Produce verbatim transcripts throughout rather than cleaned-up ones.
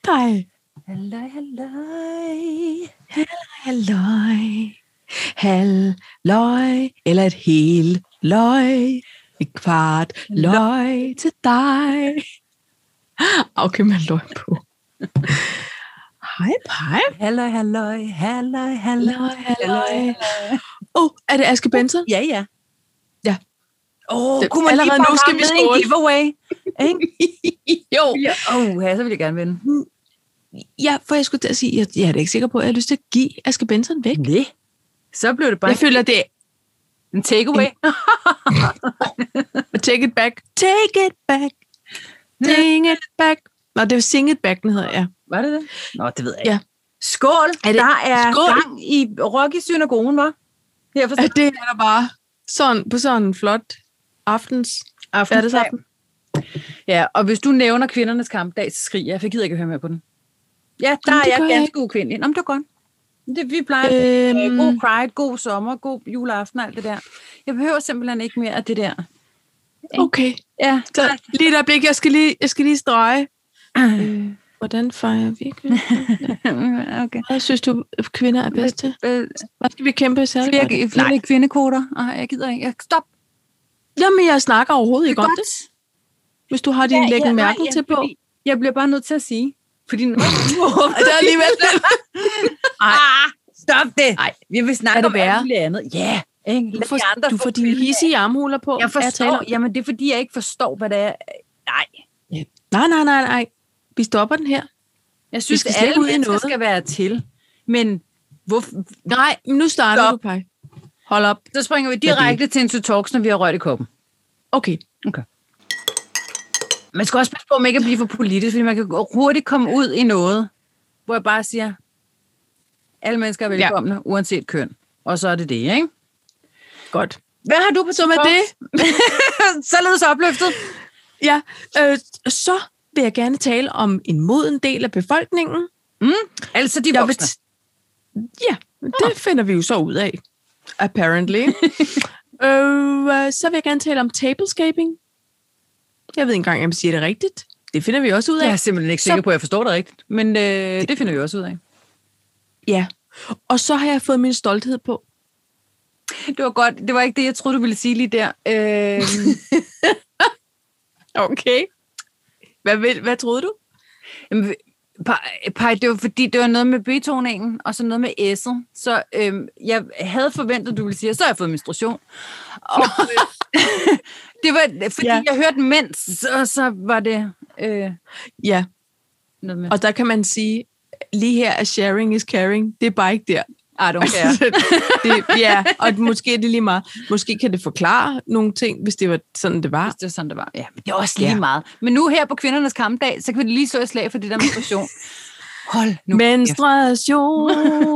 hej. Halløj, halløj. Halløj. Halløj. Eller et helt løg. Et kvart løg til dig. Okay, man løg på. Hej, hej. Halløj, halløj, halløj, Halløj, halløj. Åh, oh, er det Aske Benson? Ja, ja. Ja. Åh, oh, Det- kunne man allerede lige nu skal vi med en skåle. giveaway? Ikke? Jo. Ja, oh, ja, så vil jeg gerne vinde. Ja, for jeg skulle til at sige, jeg, jeg er da ikke sikker på, at jeg har lyst til at give Aske Benson væk. Nej. Så blev det bare Jeg føler, det er en takeaway. take it back. Take it back. Take it back. Nå, det er jo Sing It Back, den hedder, ja. Var det det? Nå, det ved jeg ikke. Ja. Skål! Er det- Der er Skål! gang i rock i synagogen, hva'? Her for Ja, det er der bare sådan, på sådan en flot aftens. Hverdagsaften. Ja, og hvis du nævner kvindernes kampdag, så skriger jeg, for jeg gider ikke at høre mere på den. Ja, der Jamen, er det jeg gør jeg ganske ukvindelig. Nå, men det var godt. Det, vi plejer Øhm. øhm. god Pride, god sommer, god juleaften og alt det der. Jeg behøver simpelthen ikke mere af det der. Okay. Ja, Så lige et øjeblik, jeg skal lige, jeg skal lige strege. Øh, hvordan fejrer vi kvinder? okay. Hvad synes du, kvinder er bedst til? Øh, Hvad skal vi kæmpe særligt? for Flere, det? flere kvindekoder. Ej, jeg gider ikke. Jeg, stop. Jamen, jeg snakker overhovedet Det ikke er om godt. det. Hvis du har din ja, lægge nej, mærke til på. fordi Jeg bliver bare nødt til at sige. Fordi nu Det er alligevel. Ej, stop det. Nej. Vi vil snakke Er det om værre? alt muligt andet. Ja, ikke? Du Lad får, de andre du få får dine kvinde- hissige armhuler på. Jeg af at tale forstår. om. Jamen, det er fordi, jeg ikke forstår, hvad det er. Nej. Nej, nej, nej, nej. Vi stopper den her. Jeg synes, skal at slet alle ud i mennesker noget. skal være til. Men hvorfor? Nej, men nu starter Stop. du, Paj. Hold op. Så springer vi direkte til en to talks, når vi har rørt i koppen. Okay. Okay. Man skal også passe på, at man ikke bliver for politisk, fordi man kan hurtigt komme ud i noget, hvor jeg bare siger, alle mennesker er velkomne, ja. Uanset køn. Og så er det det, ikke? Godt. Hvad har du på Så med det, Således opløftet. ja, øh, så vil jeg gerne tale om en moden del af befolkningen. Mm, altså de Jeg vil voksne. t- ja, det finder vi jo så ud af. Apparently. øh, så vil jeg gerne tale om tablescaping. Jeg ved ikke engang, om jeg siger det rigtigt. Det finder vi også ud af. Jeg er simpelthen ikke sikker Så- på, at jeg forstår det rigtigt. Men øh, det finder vi også ud af. Ja. Og så har jeg fået min stolthed på. Det var godt. Det var ikke det, jeg troede, du ville sige lige der. Øh, Okay. Hvad, vil, hvad troede du? Jamen, Paj, Paj, det var fordi, det var noget med betoningen, og så noget med S'et. Så øhm, jeg havde forventet, du ville sige, så har jeg fået menstruation. Og, øh, det var, fordi Ja. ja. jeg hørte mens, og så var det øh, Ja, noget med... og der kan man sige, lige her er sharing is caring. Det er bare ikke der. I don't care. det, ja, og måske er det lige meget. Måske kan det forklare nogle ting, hvis det var sådan, det var. Hvis det var sådan, det var. Ja, men det er også lige Ja. meget. Men nu her på kvindernes kampdag, så kan vi lige slå et slag for det der menstruation. Hold nu. Menstruation.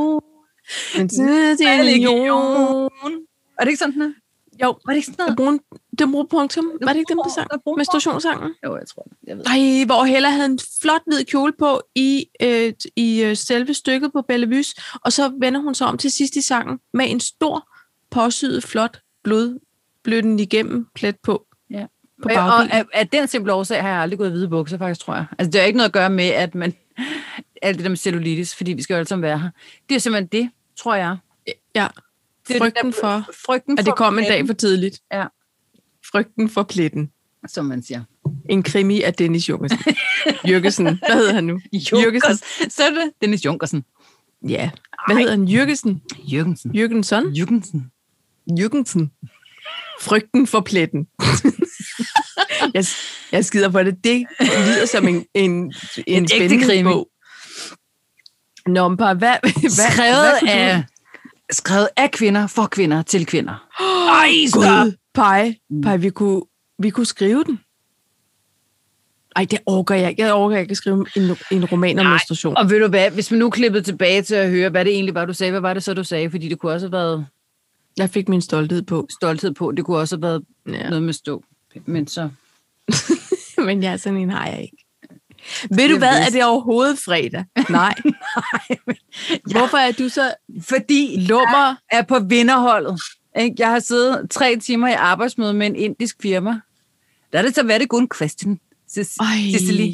Menstruation. Er det ikke sådan, den er? Jo, Var det ikke sådan jeg noget? bruger en, det bruger punktum. Var det ikke dem, der sang? Der bruger- Menstruationssangen. Jo, jeg tror det. Jeg ved. Ej, hvor Hella havde en flot hvid kjole på i, øh, i øh, selve stykket på Bellevue, og så vender hun sig om til sidst i sangen med en stor, påsyet, flot blod, bløden igennem plet på. Ja. På Og bagbilen. af, af den simple årsag har jeg aldrig gået i hvide bukser, faktisk, tror jeg. Altså, det har ikke noget at gøre med, at man... Alt det der med cellulitis, fordi vi skal jo alle sammen være her. Det er simpelthen det, tror jeg. Ja, Det er frygten det der- for, frygten at det for kom en dag pletten, for tidligt. Ja. Frygten for pletten. som man siger. En krimi af Dennis Jürgensen. Jürgensen. Hvad hedder han nu? Jürgensen. Så er det Dennis Jürgensen. Ja. Hvad hedder han? Jürgensen? Jürgensen. Jürgensen? Jürgensen. Jürgensen. Frygten for pletten. jeg, jeg skider på det. Det lyder som en, en, en, en ægte spændende krimi. bog. Nå, men bare, hvad, hvad, Skrevet, hvad kunne af, du- skrevet af kvinder, for kvinder, til kvinder. Ej, Gud, Pej, Pej, vi kunne, vi kunne skrive den. Ej, det orker jeg ikke. Jeg orker ikke at skrive en, en roman om menstruation. Og ved du hvad, hvis man nu klippede tilbage til at høre, hvad det egentlig var, du sagde, hvad var det så, du sagde? Fordi det kunne også have været Jeg fik min stolthed på. stolthed på, det kunne også have været Ja. noget med stå. Men så... Men ja, sådan en har jeg ikke. Ved du hvad, er det overhovedet fredag? Nej. Nej, men Hvorfor er du så fordi lummer? jeg er på vinderholdet. Ikke? Jeg har siddet tre timer i arbejdsmøde med en indisk firma. Der er det så, hvad det kun Christian. Cecily. Ej, jeg,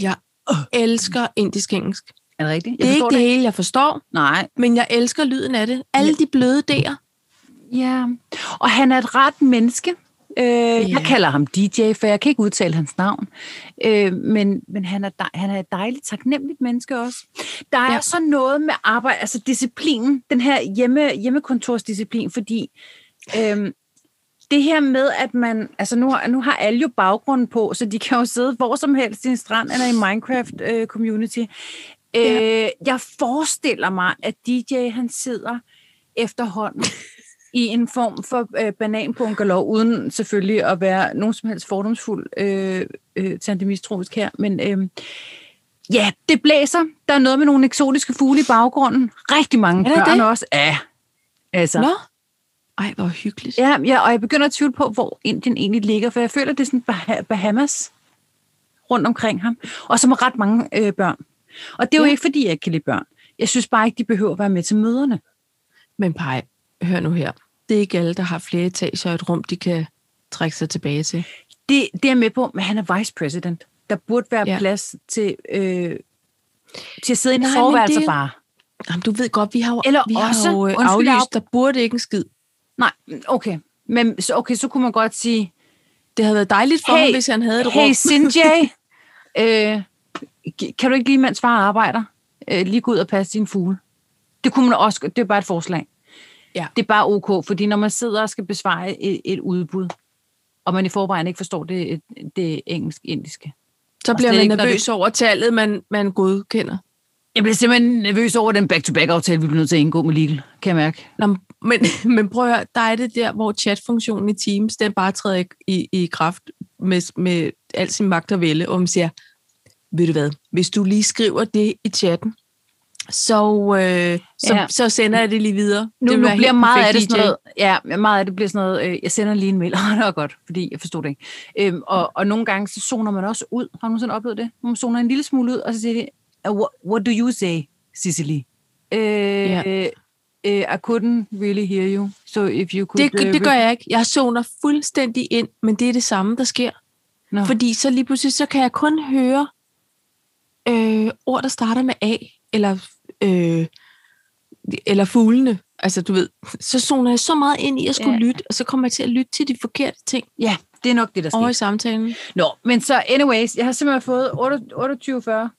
elsker indisk engelsk. Er det rigtigt? Det er ikke det, det hele, jeg forstår. Nej. Men jeg elsker lyden af det. Alle de bløde D'er. Ja, og han er et ret menneske. Øh, yeah. Jeg kalder ham D J, for jeg kan ikke udtale hans navn. Øh, men men han, er dej, han er et dejligt, taknemmeligt menneske også. Der er ja. så noget med arbejde, altså disciplinen, den her hjemme, hjemmekontorsdisciplin, fordi øh, det her med, at man, altså nu, nu har alle jo baggrunden på, så de kan jo sidde hvor som helst i en strand eller i Minecraft-community. Øh, ja. øh, jeg forestiller mig, at D J han sidder efterhånden i en form for øh, bananbunkerlov, uden selvfølgelig at være nogen som helst fordomsfuld øh, øh, til antimistroisk her. Men øh, ja, det blæser. Der er noget med nogle eksotiske fugle i baggrunden. Rigtig mange børn det? også. Ja, altså. Nå? Ej, hvor hyggeligt. Ja, ja, og jeg begynder at tvivle på, hvor Indien egentlig ligger, for jeg føler, det er sådan bah- Bahamas rundt omkring ham. Og så med ret mange øh, børn. Og det er jo ja. ikke, fordi jeg ikke kan lide børn. Jeg synes bare ikke, de behøver at være med til møderne. Men Paj, hør nu her. Det er ikke alle, der har flere etager og et rum, de kan trække sig tilbage til. Det, det er jeg med på, men han er vice president. Der burde være ja. plads til, øh, til at sidde i en soveværelse bare. Jamen, du ved godt, vi har jo, Eller vi også, har jo øh, aflyst, der burde ikke en skid. Nej, okay. Men så, okay, så kunne man godt sige... Det havde været dejligt for hey, ham, hvis han havde et rum. Hey, Sinjay, øh, kan du ikke lige, mens far arbejder, øh, lige gå ud og passe din fugle? Det kunne man også... Det er bare et forslag. Ja. Det er bare ok, fordi når man sidder og skal besvare et, et udbud, og man i forvejen ikke forstår det, det engelsk-indiske. Så bliver man nervøs det... over tallet, man, man godkender. Jeg bliver simpelthen nervøs over den back-to-back-aftale, vi bliver nødt til at indgå med Legal, kan jeg mærke. Nå, men, men prøv at høre, der er det der, hvor chatfunktionen i Teams, den bare træder i, i, i kraft med, med al sin magt og vælde, og man siger, ved du hvad, hvis du lige skriver det i chatten, så, øh, så, ja. så sender jeg det lige videre. Nu, det nu bliver meget af det sådan noget, ja, meget af det bliver sådan noget, øh, jeg sender lige en mail, og det var godt, fordi jeg forstod det ikke. Øhm, og, og nogle gange, så zoner man også ud. Har du nogensinde oplevet det? Man zoner en lille smule ud, og så siger de, what, what do you say, Cicely? Øh, yeah. øh, I couldn't really hear you, so if you could... Det, det gør jeg ikke. Jeg zoner fuldstændig ind, men det er det samme, der sker. No. Fordi så lige pludselig, så kan jeg kun høre øh, ord, der starter med A, eller... Øh, eller fuglene, altså du ved, så zoner jeg så meget ind i at skulle ja. lytte, og så kommer jeg til at lytte til de forkerte ting. Ja, det er nok det, der sker. Over i samtalen. Nå, men så anyways, jeg har simpelthen fået otteogtyve fyrre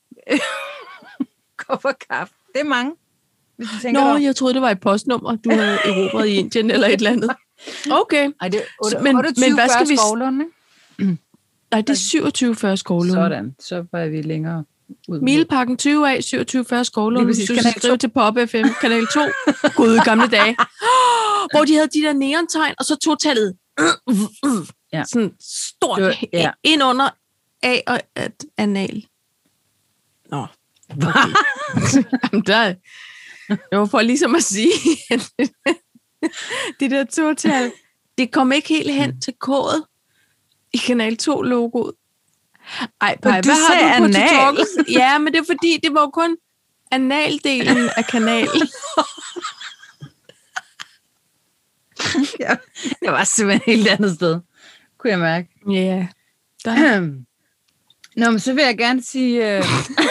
kopper kaffe. Det er mange, hvis du tænker Nå, over. Jeg troede, det var et postnummer, du havde erobret i Indien eller et eller andet. Okay. Ej, det er otteogtyve fyrre Skovlund, ikke? Nej, det er syvogtyve fyrre Skovlund. Sådan, så var vi længere. Milepakken tyve af, syvogtyve fyrre Skovlund. Hvis du skal skrive til Pop F M, kanal to. Gode gamle dage. Hvor de havde de der neontegn, og så tog tallet ja. sådan stort var, ja. ind under A og at anal. Nå. Okay. Jamen, der, det var for ligesom at sige, det der total, det kom ikke helt hen til kodet i kanal to logoet. Ej, Paj, hvad har du på tutorials? Ja, men det er fordi, det var jo kun analdelen af kanalen. ja, jeg var simpelthen et helt andet sted, kunne jeg mærke. Ja. Yeah. Nå, men så vil jeg gerne sige, uh...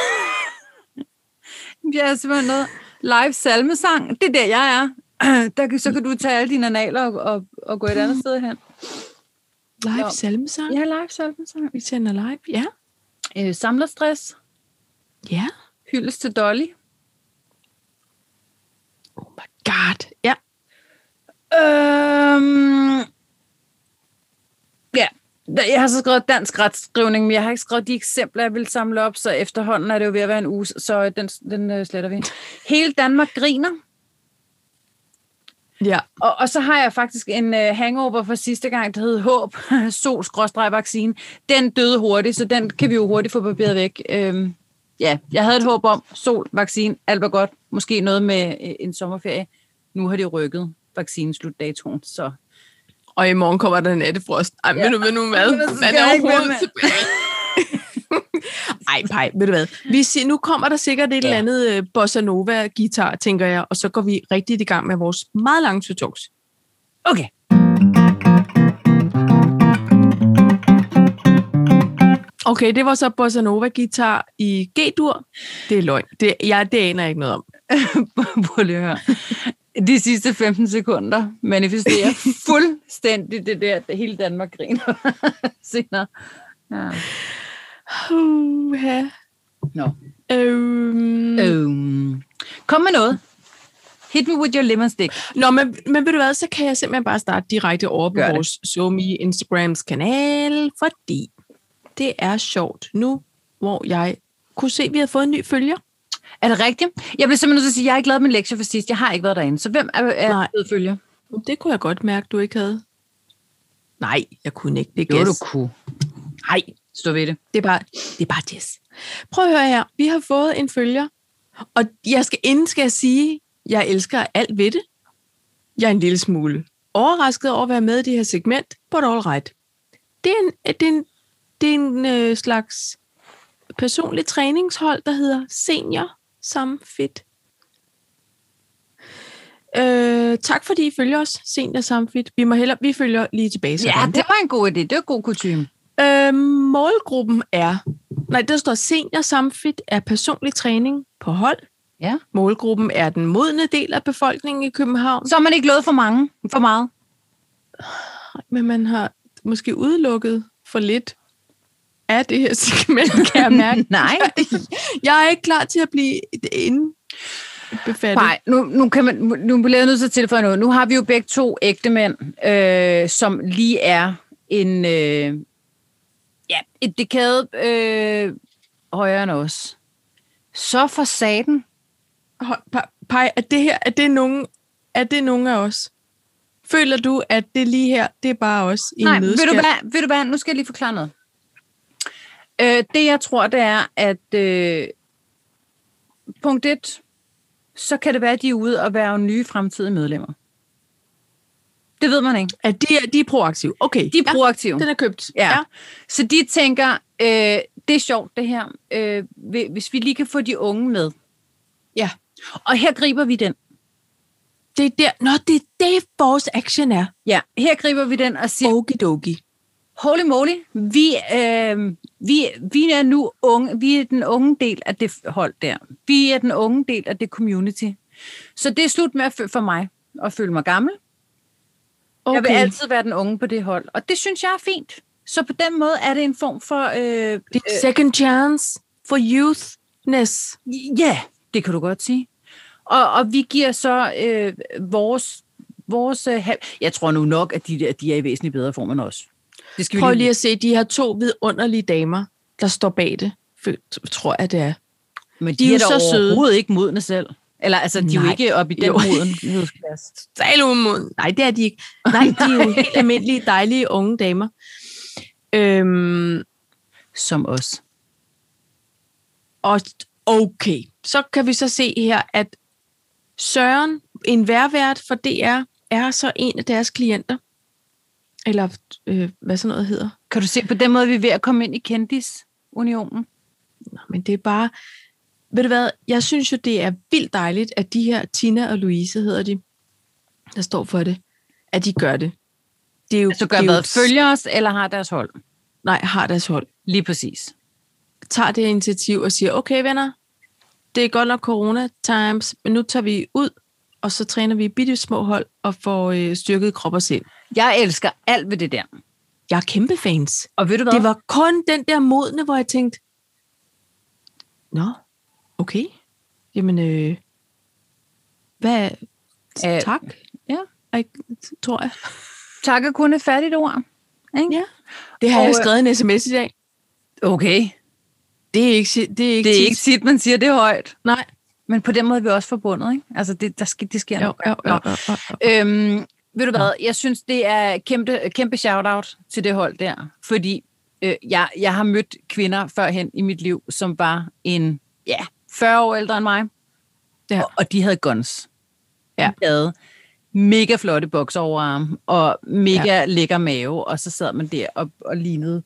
jeg er simpelthen noget live salmesang. Det er der, jeg er. Der, så kan du tage alle dine analer og, og, og gå et andet sted hen. Live salmesang? Ja, live salmesang. Vi sender live, ja. Øh, samlerstress. Ja. Hyldest til Dolly. Oh my god. Ja. Øhm, ja. Jeg har så skrevet dansk retskrivning, men jeg har ikke skrevet de eksempler, jeg vil samle op, så efterhånden er det jo ved at være en uge, så den, den uh, sletter vi. Hele Danmark griner. Ja. Og, og så har jeg faktisk en uh, hangover fra sidste gang, der hed Håb, sol-vaccine. Den døde hurtigt, så den kan vi jo hurtigt få barberet væk. Øhm, ja, jeg havde et håb om sol, vaccine, alt var godt. Måske noget med uh, en sommerferie. Nu har de rykket vaccineslutdatoen, så... Og i morgen kommer der nattefrost. Ej, ja. Ved du ved nu hvad? Man er overhovedet tilbage. Ej, Paj, ved du hvad? Vi siger, nu kommer der sikkert et ja. eller andet uh, bossa nova-guitar, tænker jeg, og så går vi rigtig i gang med vores meget lange tutorials. Okay. Okay, det var så bossa nova guitar i G-dur. Det er løgn. Det, ja, det aner jeg ikke noget om. Prøv lige at høre. De sidste femten sekunder manifesterer fuldstændig det der, at hele Danmark griner senere. Ja. Uh-ha. Nå. Øhm. Øhm. Kom med noget. Hit me with your lemon stick. Nå, men, men ved du hvad, så kan jeg simpelthen bare starte direkte over på Gør vores SoMe Instagrams kanal, fordi det er sjovt nu, hvor jeg kunne se, at vi har fået en ny følger. Er det rigtigt? Jeg bliver simpelthen nødt til at sige, at jeg har ikke lavet min lektie for sidst. Jeg har ikke været derinde. Så hvem er, er blevet følger? Det kunne jeg godt mærke, du ikke havde. Nej, jeg kunne ikke. Det Jo, gæs. du kunne. Nej, stå ved det. Det er bare, det er bare Jess. Prøv at høre her. Vi har fået en følger, og jeg skal, inden skal jeg sige, jeg elsker alt ved det. Jeg er en lille smule overrasket over at være med i det her segment, but all right. Det er en, det er en, det er en øh, slags personlig træningshold, der hedder Senior Samfit. Øh, tak fordi I følger os, Senior Samfit. Vi må hellere, vi følger lige tilbage. Ja, det var en god idé. Det var god kutyme. Øh, målgruppen er, nej, der står Senior Samfit er personlig træning på hold. Ja. Målgruppen er den modne del af befolkningen i København. Så har man ikke lovet for mange, for meget. Men man har måske udelukket for lidt af det her segment, kan jeg mærke. Nej. Jeg, jeg er ikke klar til at blive indbefattet. Nej, nu, nu, kan man, nu bliver jeg nødt til at tilføje noget. Nu har vi jo begge to ægte mænd, øh, som lige er en, øh, ja, et dekade øh, højere end os. Så for saten. Pej, er det her, er det nogen, er det nogen af os? Føler du, at det lige her, det er bare os i Nej, en ved du, hvad, ved du hvad, nu skal jeg lige forklare noget. Øh, det jeg tror, det er, at øh, punkt et, så kan det være, at de er ude og være nye fremtidige medlemmer. Det ved man ikke. At de er, de er proaktive. Okay. De er proaktive. Ja, den er købt. Ja. Ja. Så de tænker, øh, det er sjovt det her, øh, hvis vi lige kan få de unge med. Ja. Og her griber vi den. Det er der. Nå, det er det, vores action er. Ja, her griber vi den og siger, okidoki. Holy moly, vi, øh, vi, vi er nu unge, vi er den unge del af det hold der. Vi er den unge del af det community. Så det er slut med at føle for mig at føle mig gammel. Okay. Jeg vil altid være den unge på det hold, og det synes jeg er fint. Så på den måde er det en form for... Øh, det er second chance for youthness. Ja, det kan du godt sige. Og, og vi giver så øh, vores... vores øh, jeg tror nu nok, at de, der, de er i væsentligt bedre form end os. Det skal Prøv vi lige at se, de her to vidunderlige damer, der står bag det. For, tror jeg, det er. Men de, de er, er da så overhovedet søde. Ikke modne selv. Eller altså, de er Nej. jo ikke oppe i den modenhedsklasse. Nej, det er de ikke. Nej, de er jo helt almindelige, dejlige unge damer. Øhm, Som os. Og okay, så kan vi så se her, at Søren, en værvært for D R, er så en af deres klienter. Eller øh, hvad sådan noget hedder. Kan du se, på den måde vi er ved at komme ind i kendisunionen? Nå, men det er bare... Ved du hvad, jeg synes jo, det er vildt dejligt, at de her, Tina og Louise hedder de, der står for det, at de gør det. Det er jo, altså gør det er hvad, jo, følger os, eller har deres hold? Nej, har deres hold. Lige præcis. Tager det initiativ og siger, okay venner, det er godt nok corona times, men nu tager vi ud, og så træner vi bitte små hold og får øh, styrket krop og sind. Jeg elsker alt ved det der. Jeg er kæmpe fans. Og ved du hvad? Det var kun den der modne, hvor jeg tænkte, nå, okay. Jamen, øh, hvad? Æh, tak. Ja. Jeg, tror jeg. Tak er kun et færdigt ord. Ikke? Ja. Det har og, jeg skrevet en sms i dag. Okay. Det er ikke, det er ikke, det er ikke tit, man siger det højt. Nej. Men på den måde er vi også forbundet, ikke? Altså, det, der sker, det sker jo, noget. Jo, jo, jo, jo, jo. Øhm, ved du hvad? Jeg synes, det er kæmpe, kæmpe shout-out til det hold der. Fordi øh, jeg, jeg har mødt kvinder førhen i mit liv, som var en, ja, fyrre år ældre end mig. Ja. Og, og de havde guns. Ja. De havde mega flotte bokseroverarm og mega ja. lækker mave. Og så sad man der og, og lignede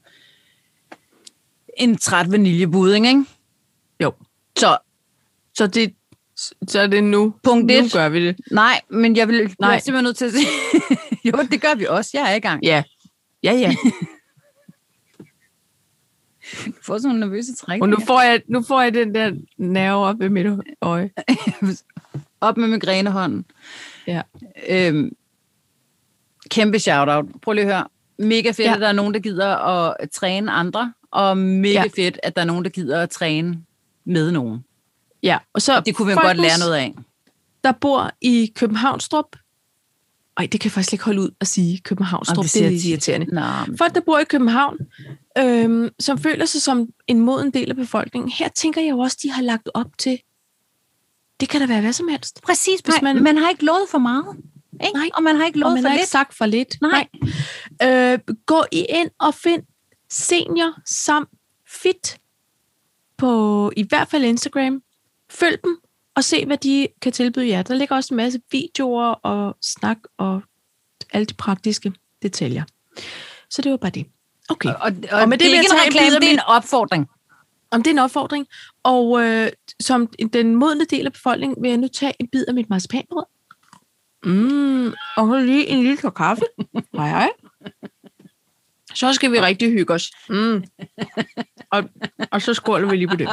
en træt vaniljebudding, ikke? Jo. Så, så, det, så er det nu. Punkt nu et. gør vi det. Nej, men jeg vil Nej. jeg er simpelthen nødt til at sige, jo, det gør vi også. Jeg er i gang. Ja, ja, ja. Du får sådan nogle nervøse træk. Og nu får, jeg, nu får jeg den der nerve op i mit øje. Op med migrænehånden. Ja. Øhm, kæmpe shout-out. Prøv lige at høre. Mega fedt, ja. At der er nogen, der gider at træne andre, og mega ja. Fedt, at der er nogen, der gider at træne med nogen. Ja, og så og det kunne vi godt lære noget af. Der bor i Københavnstrup. Ej, det kan jeg faktisk ikke holde ud at sige. Københavnstrup, det, det er lidt irriterende. Nå. Folk, der bor i København, øhm, som føler sig som en moden del af befolkningen. Her tænker jeg jo også, de har lagt op til, det kan da være hvad som helst. Præcis, hvis man, man har ikke lovet for meget. Ikke? Nej, og man har ikke lovet og man for har lidt. ikke sagt for lidt. Nej. Nej. Øh, gå i ind og find Senior Sam Fit på i hvert fald Instagram. Følg dem og se, hvad de kan tilbyde jer. Der ligger også en masse videoer og snak og alle de praktiske detaljer. Så det var bare det. Okay. Og, og, og med det, det er ikke en reklame, det er en opfordring. Om det er en opfordring. Og øh, som den modne del af befolkningen vil jeg nu tage en bid af mit marcipanbrød. Mm, og lige en lille kop kaffe. Hej, hej. Så skal vi rigtig hygge os. Mm. Og, og så skåler vi lige på det.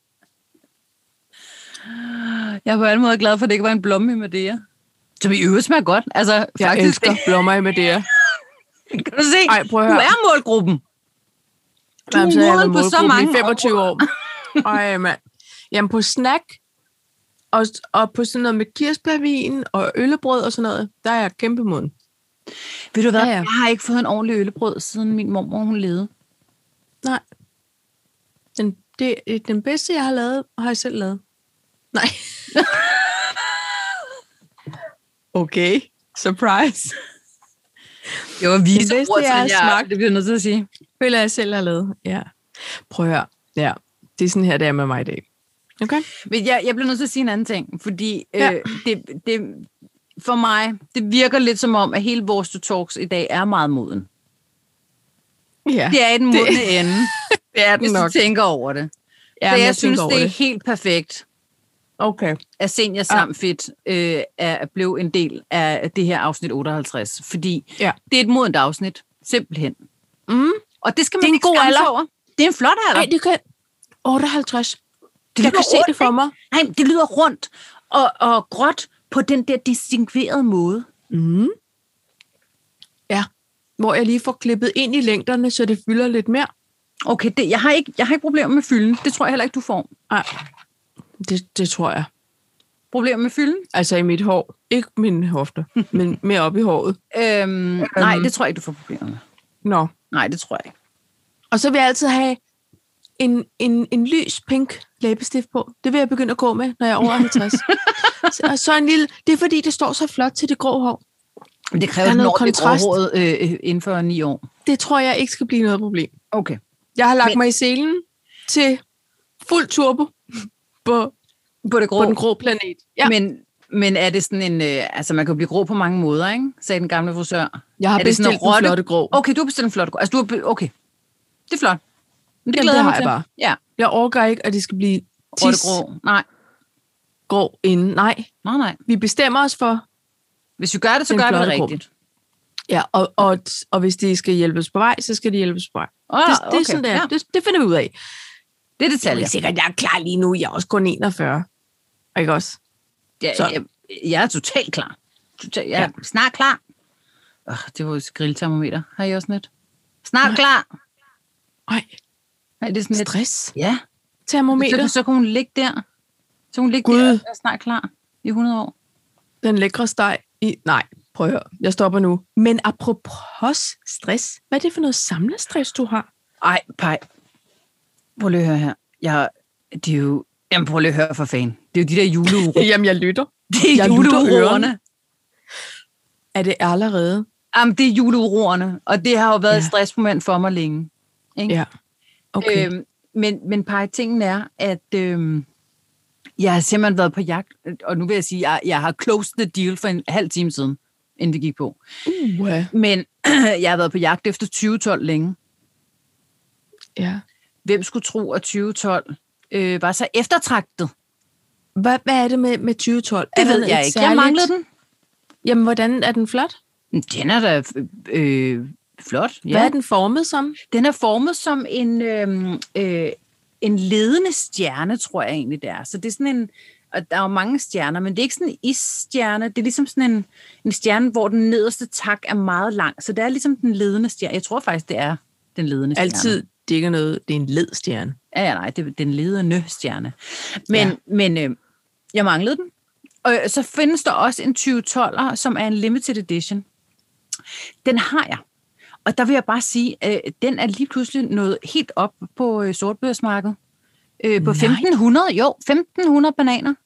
Jeg er på alle måder glad for, at det ikke var en blomme i Madeira. Så vi øvrigt smager godt. Altså, jeg faktisk elsker blommer i Madeira. Kan du se? Ej, prøv at høre. Du er målgruppen. Du er moden på så mange i femogtyve år. år. Ej, mand. Jamen på snack, og, og på sådan noget med kirsebærvin og øllebrød og sådan noget, der er jeg kæmpe moden. Ved du hvad? Ja, ja. Jeg har ikke fået en ordentlig øllebrød, siden min mormor, hun levede. Nej. Den, det, den bedste, jeg har lavet, har jeg selv lavet. Nej. Okay. Surprise. Det var vise det ord, jeg har smagt. Det bliver nødt til at sige. Føler jeg selv har lavet. Ja. Prøv at høre. Ja. Det er sådan her, det er med mig i dag. Okay? Men jeg, jeg bliver nødt til at sige en anden ting, fordi ja. øh, det, det, for mig, det virker lidt som om, at hele vores talks i dag er meget moden. Ja. Det er i den modne det, ende, det er den hvis nok. du tænker over det. Ja, så jeg, jeg synes, det er det. helt perfekt, okay. at Senior Sam Fit øh, er blev en del af det her afsnit otteoghalvtreds, fordi ja. det er et modent afsnit, simpelthen. Mm. Og det skal man det er en ikke god skamme alder. sig over. Det er en flot alder. Nej, det kan otteoghalvtreds. Det jeg kan rundt, se det for mig. Nej, det lyder rundt og, og gråt på den der distinguerede måde. Mm. Ja, hvor jeg lige får klippet ind i længderne, så det fylder lidt mere. Okay, det, jeg, har ikke, jeg har ikke problemer med fylden. Det tror jeg heller ikke, du får. Nej, det, det tror jeg. Problemer med fylden? Altså i mit hår. Ikke mine hofter, men mere op i håret. Øhm, øhm. Nej, det tror jeg ikke, du får problemer med. Nå. Nej, det tror jeg ikke. Og så vil jeg altid have en, en, en lys pink læbestift på. Det vil jeg begynde at gå med, når jeg er over halvtreds. så, så en lille... Det er fordi, det står så flot til det grå hår. Men det kræver noget kontrast øh, inden for ni år. Det tror jeg ikke skal blive noget problem. Okay. Jeg har lagt Men... mig i selen til fuld turbo på, på, det grå. på den grå planet. Ja. Men, men er det sådan en... Øh, altså, man kan blive grå på mange måder, ikke? Sagde den gamle frisør. Jeg har er bestilt en rotte... flotte grå. Okay, du har bestilt en flot grå. Altså, du har... Be... Okay. Det er flot. Men det Jamen, glæder det jeg har mig jeg til. bare. Ja. Jeg overgår ikke, at det skal blive tis grå. Nej. grå inden. Nej. Nej, nej. Vi bestemmer os for... Hvis vi gør det, så gør vi det rigtigt. Ja, og, og, og hvis de skal hjælpes på vej, så skal de hjælpes på vej. Oh, det, det okay. er sådan, det er. Ja. Det, det finder vi ud af. Det er detaljer. Jeg er sikkert, jeg er klar lige nu. Jeg er også kun enogfyrre. Ikke også? Ja, jeg, jeg er totalt klar. Total, jeg er ja. snart klar. Oh, det var jo grilltermometer. Har I også net? Snart Nej. klar. Ej. Nej, det er sådan stress. Lidt. Ja. Termometer. Så, så kan hun ligge der. Så hun ligge Gud. der og er snart klar i hundrede år. Den lækre steg i... Nej, prøv at høre. Jeg stopper nu. Men apropos stress. Hvad er det for noget samlestress, du har? Ej, pej. Prøv lige at høre her. Jeg, det er jo... Jamen, prøv lige at høre for fan. Det er jo de der juleuro. Jamen, jeg lytter. Det er juleuroerne. Er det allerede? Jamen, det er juleuroerne. Og det har jo været ja. et stressmoment for mig længe. Ikke? Ja. Okay. Øhm, men, men pej, tingen er, at øhm, jeg har simpelthen været på jagt, og nu vil jeg sige, at jeg, jeg har closed the deal for en halv time siden, inden vi gik på. Uh. Men jeg har været på jagt efter tyve tolv længe. Ja. Hvem skulle tro, at tyve tolv øh, var så eftertragtet? Hvad, hvad er det med, med tyve tolv? Det ved jeg ikke. Særligt? Jeg manglede den. Jamen, hvordan er den flot? Den er da øh, flot. Ja. Hvad er den formet som? Den er formet som en, øh, øh, en ledende stjerne, tror jeg egentlig, det er. Så det er sådan en, og der er jo mange stjerner, men det er ikke sådan en isstjerne. Det er ligesom sådan en, en stjerne, hvor den nederste tak er meget lang. Så det er ligesom den ledende stjerne. Jeg tror faktisk, det er den ledende stjerne. Altid, det er ikke noget, det er en ledstjerne. Ja, ja, nej, det er den ledende stjerne. Men, ja. men øh, jeg manglede den. Og så findes der også en tyve tolver, som er en limited edition. Den har jeg. Og der vil jeg bare sige, at øh, den er lige pludselig nået helt op på øh, sortbørsmarkedet. Øh, på Nej. femten hundrede, jo, femten hundrede bananer.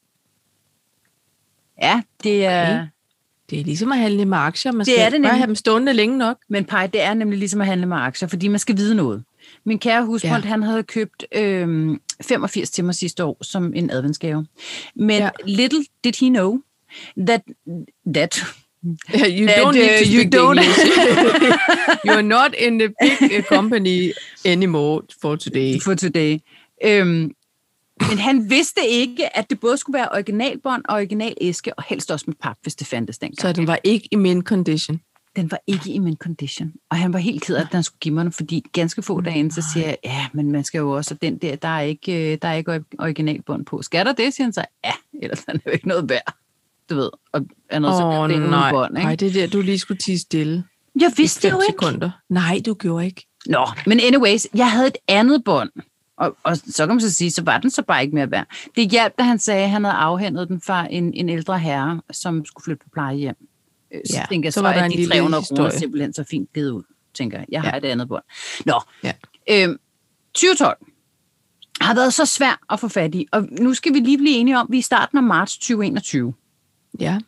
Ja, det er... Okay. Det er ligesom at handle med aktier. Man Det skal er det bare nemlig. have dem stående længe nok. Men Paj, det er nemlig ligesom at handle med aktier, fordi man skal vide noget. Min kære husbond, Ja. han havde købt øh, femogfirs timer sidste år som en adventsgave. Men Ja. little did he know that... that You That, don't need to uh, speak you don't- English. You are not in the big uh, company anymore for today. for today. Øhm, men han vidste ikke, at det både skulle være originalbånd og original æske, og helst også med pap, hvis det fandtes dengang. Så den var ikke i min condition. Den var ikke i min condition. Og han var helt ked af, at han skulle give mig den, fordi ganske få dage inden, så siger jeg, ja, men man skal jo også, den der, der er ikke, der er ikke originalbånd på. Skal der det, siger han så? Ja, ellers er det jo ikke noget værd. Du ved, og er noget, Åh, så det er nej. bånd, ikke? Nej, det er der, du lige skulle tie stille. Jeg vidste det fem jo ikke. sekunder. Nej, du gjorde ikke. Nå, men anyways, jeg havde et andet bånd. Og, og så kan man så sige, så var den så bare ikke mere værd. Det hjalp, da han sagde, at han havde afhændet den fra en, en ældre herre, som skulle flytte på plejehjem. Øh, Så Ja, tænker jeg, så så var der er en de lille tre hundrede kroner historie. simpelthen så fint givet ud, tænker jeg. Jeg har Ja. et andet bånd. Nå, Ja. øhm, tyve tolv har været så svært at få fat i, og nu skal vi lige blive enige om, at vi er i starten af marts tyve enogtyve. Ja.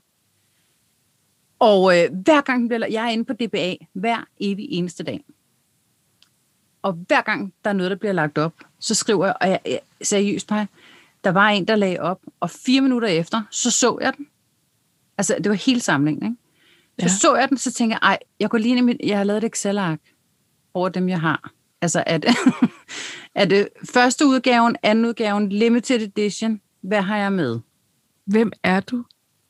Og øh, hver gang den bliver, jeg er inde på D B A, hver evig eneste dag. Og hver gang der er noget, der bliver lagt op, så skriver jeg, og jeg, jeg seriøst, Paj, der var en, der lagde op, og fire minutter efter, så så jeg den. Altså, det var hele samlingen, ikke? Så Ja. så jeg den, så tænker jeg, ej, jeg går lige ind i mit, jeg har lavet et Excel-ark over dem, jeg har. Altså, er det, er det første udgaven, anden udgaven, limited edition, hvad har jeg med? Hvem er du?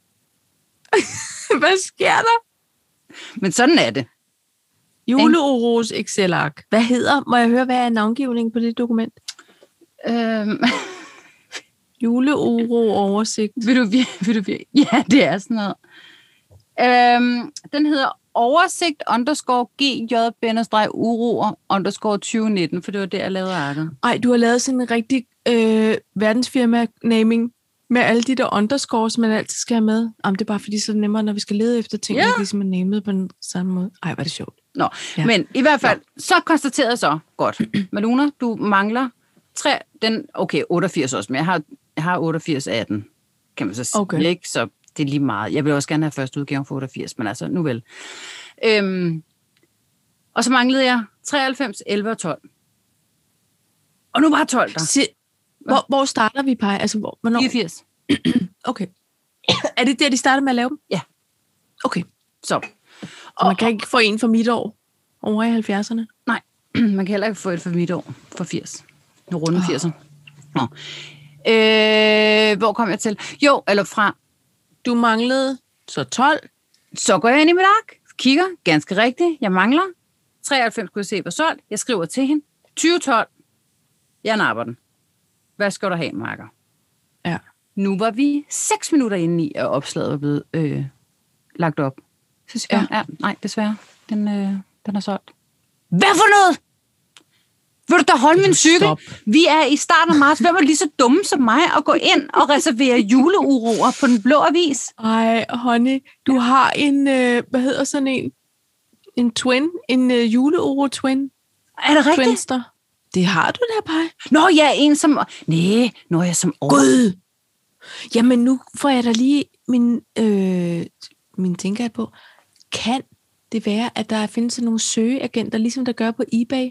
Hvad sker der? Men sådan er det. Juleoros Excel-ark. Hvad hedder? Må jeg høre, hvad er navngivningen på det dokument? Øhm, Juleoro-oversigt. Vil du, vir- vil du vir- ja, det er sådan noget. Øhm, den hedder oversigt underscore gj bindestreg uroer underscore tyve nitten, for det var der, jeg lavede arket. Ej, du har lavet sådan en rigtig øh, verdensfirma-naming med alle de der underscores, man altid skal have med. Jamen, det er bare fordi, så er det nemmere, når vi skal lede efter ting, Ja. yeah. ligesom er namet på den samme måde. Ej, var det sjovt. Nå, Ja. ja. Men i hvert fald, så konstaterede jeg så, godt, Maluna, du mangler tre, den, okay, otteogfirs også, men jeg har, jeg har otteogfirs atten, kan man så sige, Okay. ikke? Så det er lige meget. Jeg vil også gerne have første udgave for otteogfirs, men altså, nu vel. Øhm, og så manglede jeg treoghalvfems, elleve og tolv. Og nu var tolv der. Se, hvor, hvor starter vi, Paj? Altså, hvor, hvornår? fireogfirs. Okay. Er det der, de starter med at lave dem? Ja. Okay. Så. Og man kan ikke få en for mit år over i halvfjerdserne? Nej, man kan heller ikke få et for mit år, for firs. Nu runde Åh. firser. Nå. Øh, hvor kom jeg til? Jo, eller fra. Du manglede så tolv. Så går jeg ind i mit ark, kigger, ganske rigtigt, jeg mangler. treoghalvfems kunne jeg se var solgt. Jeg skriver til hende. tyve tolv. Jeg napper den. Hvad skal du have, Marker? Ja. Nu var vi seks minutter inde i, at opslaget var blevet øh, lagt op. Så siger jeg, ja. ja, nej, desværre. Den, øh, den er solgt. Hvad for noget? Vil du da holde min cykel? Stop. Vi er i starten af marts. Hvem er lige så dumme som mig at gå ind og reservere juleuroer på Den Blå Avis? Ej, honey, du har en, øh, hvad hedder sådan en? En twin? En øh, juleoro-twin? Er det rigtigt? Twinster? Det har du der, Paj. Nå, jeg er en som... Næh, når jeg som over... Gud! Jamen, nu får jeg da lige min, øh, min tænker på. Kan det være, at der findes sådan nogle søgeagenter, ligesom der gør på eBay?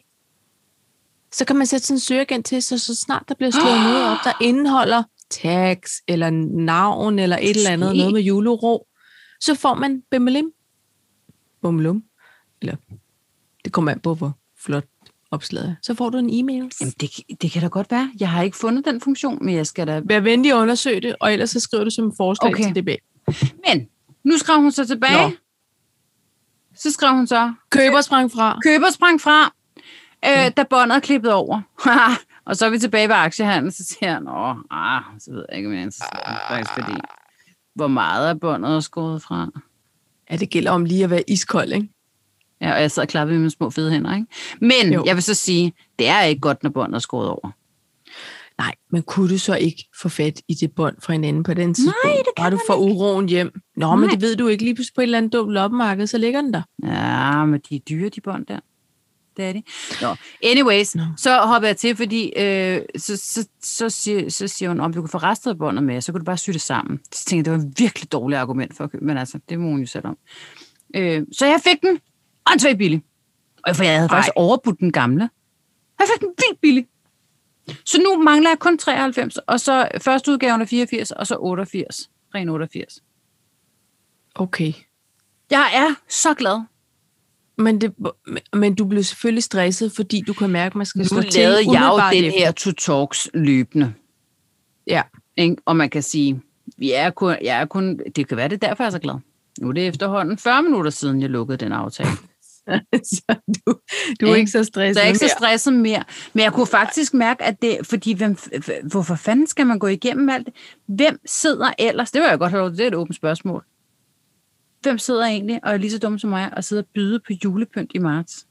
Så kan man sætte sådan en søgeagent til, så, så snart der bliver slået noget op, der indeholder tags, eller navn, eller et eller andet, noget med juleuro, så får man bimmelim. Bummelum. Eller, det kommer an på, hvor flot opslaget er. Så får du en e-mail. Jamen, det, det kan da godt være. Jeg har ikke fundet den funktion, men jeg skal da... Vær venlig at undersøge det, og ellers så skriver du som forslag Okay. til D B. Men, nu skrev hun så tilbage. Nå. så skrev hun så, Køber sprang fra. køber sprang fra, øh, da båndet er klippet over. Og så er vi tilbage ved aktiehandlen, så siger han, åh, ah, så ved jeg ikke, men så faktisk fordi, hvor meget af båndet er skåret fra. Ja, det gælder om lige at være iskold, ikke? Ja, og jeg sad og klappede med mine små fede hænder, ikke? Men Jo. jeg vil så sige, det er ikke godt, når båndet er skåret over. Nej, men kunne du så ikke få fat i det bånd fra hinanden på den tidspunkt? Nej, det kan Bare du man får uroen hjem. Nå, Nej. men Nej. det ved du ikke. Lige pludselig på et eller andet dumt loppemarked, så ligger den der. Ja, men de er dyre, de bånd der. Det er de. Nå, anyways, Nå. så hopper jeg til, fordi øh, så, så, så, siger, så siger hun, om du kan få resten af båndet med, så kan du bare sy det sammen. Så tænkte jeg, det var et virkelig dårligt argument for at købe, men altså, det må hun jo selv om. Øh, så jeg fik den, åndssvagt billig. Og for jeg havde faktisk Ej. overbudt den gamle. Jeg fik den vildt billig. Så nu mangler jeg kun treoghalvfems, og så første udgaven er fireogfirs, og så otteogfirs. Ren otteogfirs. Okay. Jeg er så glad. Men, det, men du blev selvfølgelig stresset, fordi du kan mærke, at man skal Nu slå til lavede jeg jo umiddelbart den efter. her to-talks løbende. Ja. Ikke? Og man kan sige, vi er kun, jeg er kun, det kan være, det er derfor, jeg er så glad. Nu er det efterhånden fyrre minutter siden, jeg lukkede den aftale. Så du, du er ikke så stresset Så jeg er ikke så mere. stresset mere. Men jeg kunne faktisk mærke, at det, fordi hvem, hvorfor fanden skal man gå igennem alt det? Hvem sidder ellers, det var jeg godt have lov til, det er et åbent spørgsmål. Hvem sidder egentlig, og er lige så dum som mig, og sidder og byder på julepynt i marts?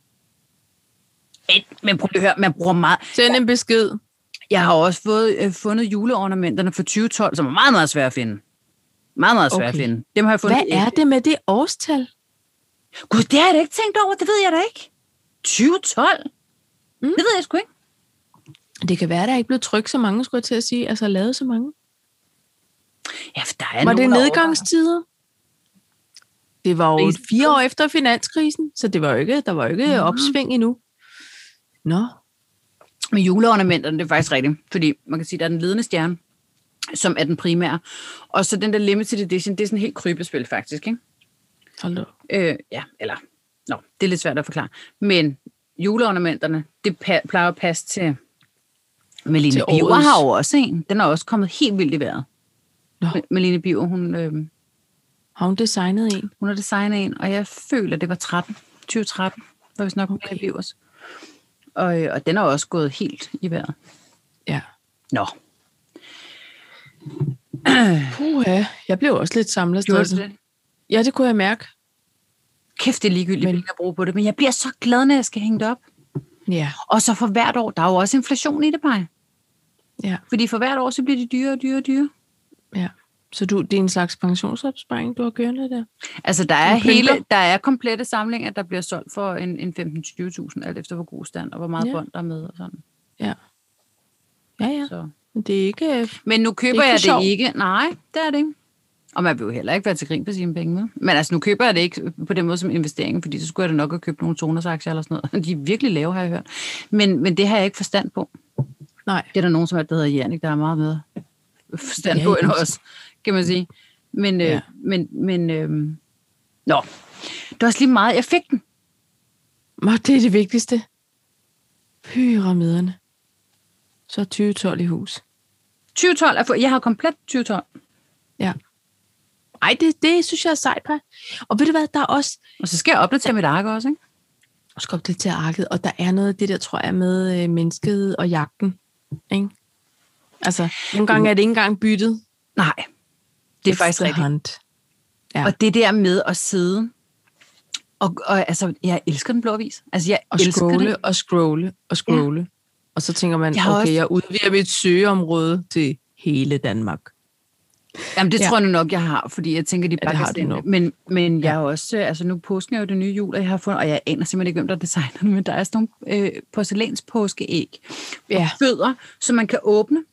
Men prøv at høre, man bruger meget. Send en besked. Jeg har også fået, øh, fundet juleornamenterne for tyve tolv, som er meget, meget svære at finde. Meget, meget svære okay. at finde. Dem har jeg fundet. Hvad er det med det årstal? Gud, det har jeg da ikke tænkt over, det ved jeg da ikke. tyve tolv? Mm. Det ved jeg sgu ikke. Det kan være, der er ikke blevet trykt så mange, skulle jeg til at sige. Altså lavet så mange. Ja, for der er Var det nogen, der nedgangstider? Det var jo Krisen. fire år efter finanskrisen, så det var jo ikke, der var jo ikke Mhm. opsving endnu. Nå. med juleornamenterne, det er faktisk rigtigt, fordi man kan sige, der er den ledende stjerne, som er den primære. Og så den der limited edition, det er sådan helt krybespil faktisk, ikke? Hold da. Øh, ja, eller, nå, det er lidt svært at forklare. Men juleornamenterne, det pa- plejer at passe til, Malene Til Biver årets. har jo også en. Den er også kommet helt vildt i vejret. Nå. Malene Biver, hun, øh, Har hun designet en? hun har designet en, og jeg føler, det var tretten, tyve tretten, var vist nok okay. Malene Bivers. Og, øh, og den er også gået helt i vejret. Ja. Nå. Puha, jeg blev også lidt samlet. Gjorde du det? Ja, det kunne jeg mærke. Kæft, det er ligegyldigt, men... at bruge på det. Men jeg bliver så glad, når jeg skal hænge det op. Ja. Og så for hvert år, der er jo også inflation i det, Paj. Ja. Fordi for hvert år, så bliver de dyre og dyre og dyre. Ja. Så du, det er en slags pensionsopsparing, du har kørende der? Altså, der er, Du pynter? hele, der er komplette samlinger, der bliver solgt for en, en femten til tyve tusind, alt efter hvor god stand, og hvor meget Ja. bånd der er med og sådan. Ja. Ja, ja. Så. Men det er ikke... Men nu køber Det er jeg ikke for det sjov. ikke. Nej, det er det ikke. Og man vil jo heller ikke være til grin på sine penge med. Men altså, nu køber jeg det ikke på den måde som investering, fordi så skulle jeg da nok have købt nogle Tonas-aktier eller sådan noget. De er virkelig lave, har jeg hørt. Men, men det har jeg ikke forstand på. Nej. Det er der nogen, som er, der hedder Jannik, der er meget med forstand Ja, på end jamen. os, kan man sige. Men, Ja. øh, men, men øhm, nå, det var også lige meget. Jeg fik den. Og det er det vigtigste. Pyramiderne. Så tyve tolv i hus. tyve tolv er for, jeg har komplet tyve tolv. Ja. Ej, det, det synes jeg er sejt, Paj. Og ved du hvad, der er også... Og så skal jeg opdatere mit ark også, ikke? Jeg skal op det til arket, og der er noget af det der, tror jeg, med øh, mennesket og jagten. Ikke? Altså, nogle gange er det ikke engang byttet. Nej, det er faktisk rigtigt. Hand. Ja. Og det der med at sidde, og, og altså, jeg elsker den blå avis. Altså, jeg Og elsker scrolle det. og scrolle og scrolle. Ja. Og så tænker man, Jeg har okay, også- jeg udvider mit søgeområde til hele Danmark. Jamen, det Ja. tror jeg nu nok, jeg har, fordi jeg tænker, de Ja, bare det kan har du stemme. nok. Men, men jeg Ja. har også, øh, altså nu påsken er jo det nye jul, og jeg har fundet, og jeg aner simpelthen ikke, hvem der designer det, men der er sådan nogle øh, porcelænspåskeæg Ja. og fødder, som man kan åbne.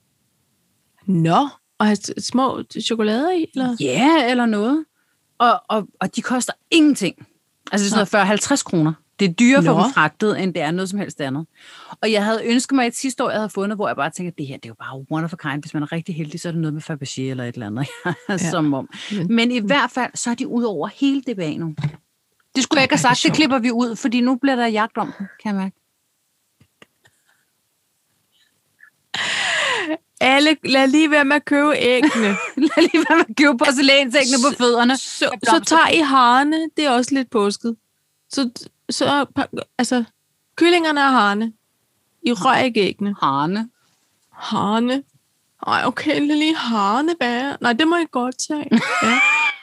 Nå, og have s- små chokolader i? Eller? Ja, eller noget. Og, og, og de koster ingenting. Altså det er sådan noget fyrre til halvtreds kroner. Det er dyrere for Nå. dem fragtet, end det er noget som helst andet. Og jeg havde ønsket mig et sidste år, jeg havde fundet, hvor jeg bare tænkte, det her det er jo bare one of a kind. Hvis man er rigtig heldig, så er det noget med Fabergé eller et eller andet. Ja. Som om. Men- Men i hvert fald, så er de ud over hele det bag nu. Det skulle jeg ikke have Ej, hvor sagt, det sjovt. klipper vi ud, fordi nu bliver der jagt om den, kan jeg mærke. Alle, lad lige være med at købe æggene. Lad lige være med at købe porcelænsæggene på fødderne. Så, så tager I harne, det er også lidt påsket. Så, så altså, kyllingerne og harne. I rører ikke æggene. Harne. Harne. Ej, okay, lad lige harne være. Nej, det må I godt tage. Ja.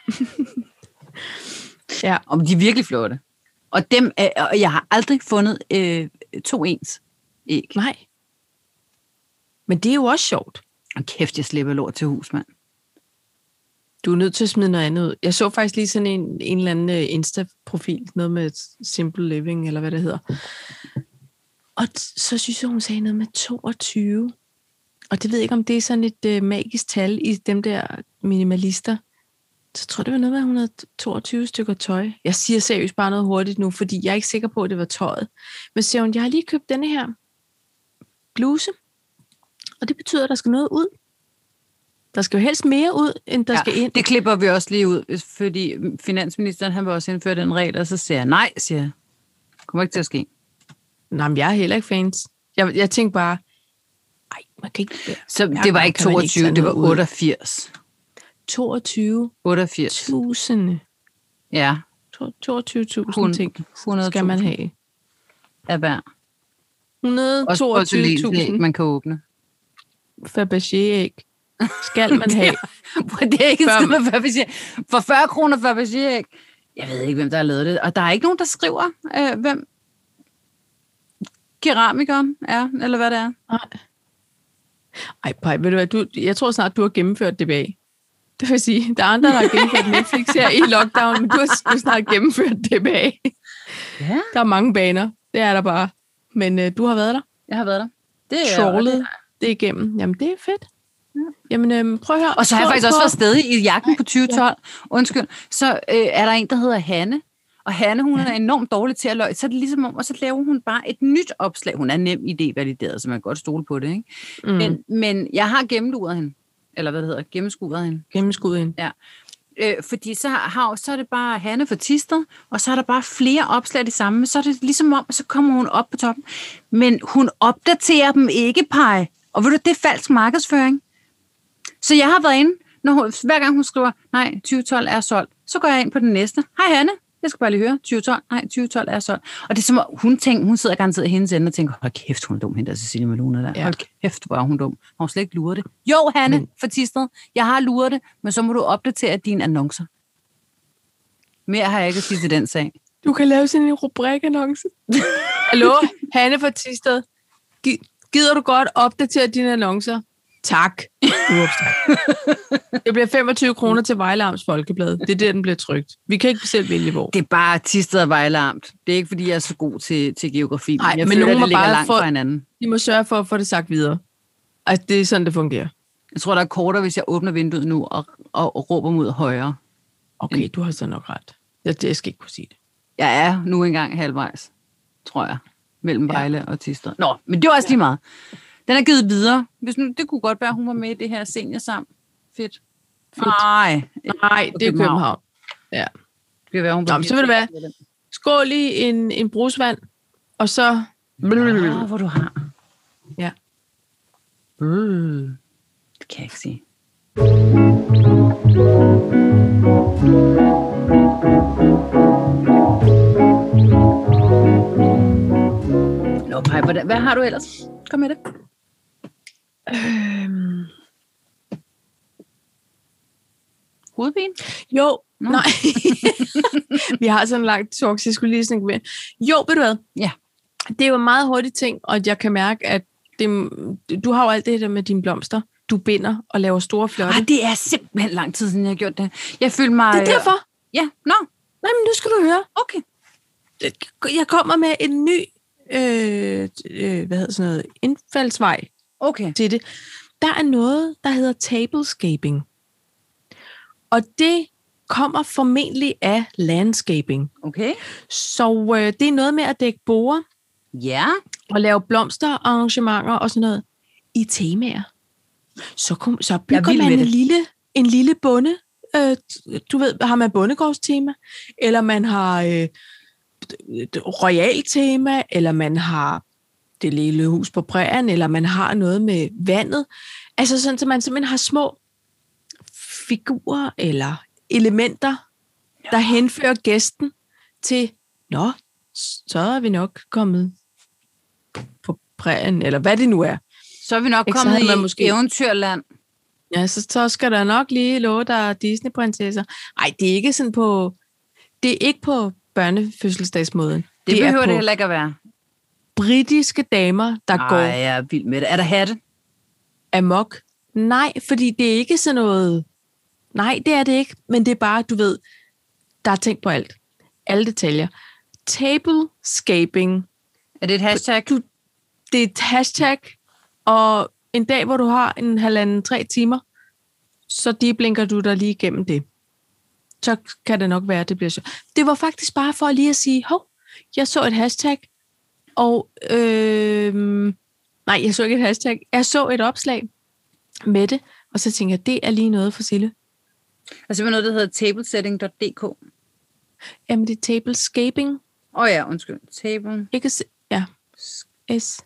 Ja. Og de er virkelig flotte. Og dem er, og jeg har aldrig fundet øh, to ens æg. Nej. Men det er jo også sjovt. Og kæft, jeg slipper lort til hus, mand. Du er nødt til at smide noget andet ud. Jeg så faktisk lige sådan en, en eller anden Insta-profil, noget med Simple Living, eller hvad det hedder. Og t- så synes jeg, hun sagde noget med toogtyve. Og det ved jeg ikke, om det er sådan et øh, magisk tal i dem der minimalister. Så tror jeg, det var noget med, at hun havde toogtyve stykker tøj. Jeg siger seriøst bare noget hurtigt nu, fordi jeg er ikke sikker på, at det var tøjet. Men så siger hun, jeg har lige købt denne her bluse, og det betyder, at der skal noget ud. Der skal jo helst mere ud, end der ja, skal ind. Det klipper vi også lige ud, fordi finansministeren, han vil også indføre den regel, og så siger jeg, nej, siger jeg. Kommer ikke til at ske. Nej, men jeg er heller ikke fans. Jeg, jeg tænkte bare, ej, man kan ikke... Så det var ikke toogtyve, ikke det var otteogfirs. toogtyve otteogfirs tusind. Ja. toogtyve tusind ting skal man have. Af hver. et hundrede og toogtyve tusind. Man kan åbne. Fabergé-æg. Skal man have. Det er ikke en skid med Fabergé. For fyrre kroner Fabergé-æg. Jeg ved ikke, hvem der har lavet det. Og der er ikke nogen, der skriver, øh, hvem keramikeren er, eller hvad det er. Nej. Ej, Paj, ved du hvad, du, jeg tror snart, du har gennemført det bag. Det vil sige, der er andre, der har gennemført Netflix her i lockdown, men du har snart gennemført det bag. Ja. Der er mange baner, det er der bare. Men øh, du har været der. Jeg har været der. Det er Trawlet det, det igennem. Jamen, det er fedt. Ja. Jamen, øh, prøv at høre. Og så har jeg faktisk også været stadig i jagten på tyve tolv. Ja. Undskyld. Så øh, er der en, der hedder Hanne. Og Hanne, hun ja. er enormt dårlig til at løje. Så er det ligesom om, og så laver hun bare et nyt opslag. Hun er nem idévalideret, så man kan godt stole på det, ikke? Mm. Men, men jeg har gennemluret hende. Eller hvad det hedder, gennemskuddet hende. Gennemskuddet hende. Ja. Øh, fordi så, har, så er det bare Hanne for Thisted, og så er der bare flere opslag det samme. Så er det ligesom om, så kommer hun op på toppen. Men hun opdaterer dem ikke, Paj. Og ved du, det er falsk markedsføring. Så jeg har været inde, når hun, hver gang hun skriver, nej, tyve tolv er solgt, så går jeg ind på den næste. Hej Hanne, jeg skal bare lige høre, tyve tolv, nej, tyve tolv er solgt. Og det er som, hun tænker, hun sidder garanteret i hendes ende og tænker, hold kæft, hun er dum, hende der Cecilie Maluna der. Ja. Hold kæft, hvor er hun dum. Har hun slet ikke luret det? Jo, Hanne, men... for Thisted, jeg har luret det, men så må du opdatere dine annoncer. Mere har jeg ikke at sige til den sag. Du kan lave sådan en rubrik-annonce. Hallo, Hanne for Thisted. Gider du godt opdatere dine annoncer? Tak. Det bliver femogtyve kroner til Vejle Amts Folkeblad. Det er der, den bliver trykt. Vi kan ikke selv vælge hvor. Det er bare Thisted og Vejle Amt. Det er ikke, fordi jeg er så god til, til geografi. Nej, jeg men føler, nogen må det bare langt få, fra hinanden. De må sørge for at få det sagt videre. Altså, det er sådan, det fungerer. Jeg tror, der er kortere, hvis jeg åbner vinduet nu og, og, og råber mod højre. Okay, du har så nok ret. Jeg, jeg skal ikke kunne sige det. Jeg er nu engang halvvejs, tror jeg, mellem Vejle ja. og Thisted. Nå, men det var også lige meget. Den er givet videre. Hvis nu, det kunne godt være, at hun var med i det her senior sammen. Fedt. Fedt. Nej. Nej, det er København. København. Ja. Det kan være, hun Nå, så vil det være, skål i en, en brusvand, og så... Ja, hvor du har. Ja. Mm. Det kan jeg ikke sige. Nå, Paj, hvad, hvad har du ellers? Kom med det. Øhm. Hovedpine? Jo, Nå. nej. Vi har sådan en lang talk, jeg skulle lige snakke med. Jo, ved du hvad? Ja. Det er jo en meget hurtig ting, og jeg kan mærke, at det, du har jo alt det der med dine blomster. Du binder og laver store flotte. Ej, det er simpelthen lang tid siden, jeg har gjort det. Jeg føler mig... Det er derfor? Ja, nå. No. Nej, men nu skal du høre. Okay. Jeg kommer med en ny, øh, øh, hvad hedder sådan noget, indfaldsvej okay. til det. Der er noget, der hedder tablescaping. Og det kommer formentlig af landscaping. Okay. Så øh, det er noget med at dække borde. Ja. Og lave blomsterarrangementer og sådan noget i temaer. Så, kom, så bygger man en lille, en lille bonde. Øh, du ved, har man bondegårdstema, eller man har øh, royal tema, eller man har det lille hus på prærien, eller man har noget med vandet. Altså sådan, at man simpelthen har små figurer eller elementer, der henfører gæsten til, nå, så er vi nok kommet på prærien, eller hvad det nu er. Så er vi nok Ikke, kommet i måske... eventyrland. Ja, så, så skal der nok lige love, der er Disney-prinsesser. Nej, det er ikke sådan på, det er ikke på børnefødselsdagsmåden. Det, det behøver er det heller ikke at være. Britiske damer, der Ej, går jeg er vild med det. Er der hatte? amok. Nej, fordi det er ikke sådan noget... Nej, det er det ikke, men det er bare, du ved, der er tænkt på alt. Alle detaljer. Tablescaping. Er det et hashtag? Du, det er et hashtag, og en dag, hvor du har en halvanden, tre timer, så de blinker du dig lige igennem det. Så kan det nok være, at det bliver sjovt. Det var faktisk bare for lige at sige, hov, jeg så et hashtag, og øh, nej, jeg så ikke et hashtag. Jeg så et opslag med det, og så tænkte jeg, det er lige noget for Sille. Altså noget, der hedder tablesetting punktum d k. Jamen, det er tablescaping. Åh oh ja, undskyld. Table. Ikke se, ja. S.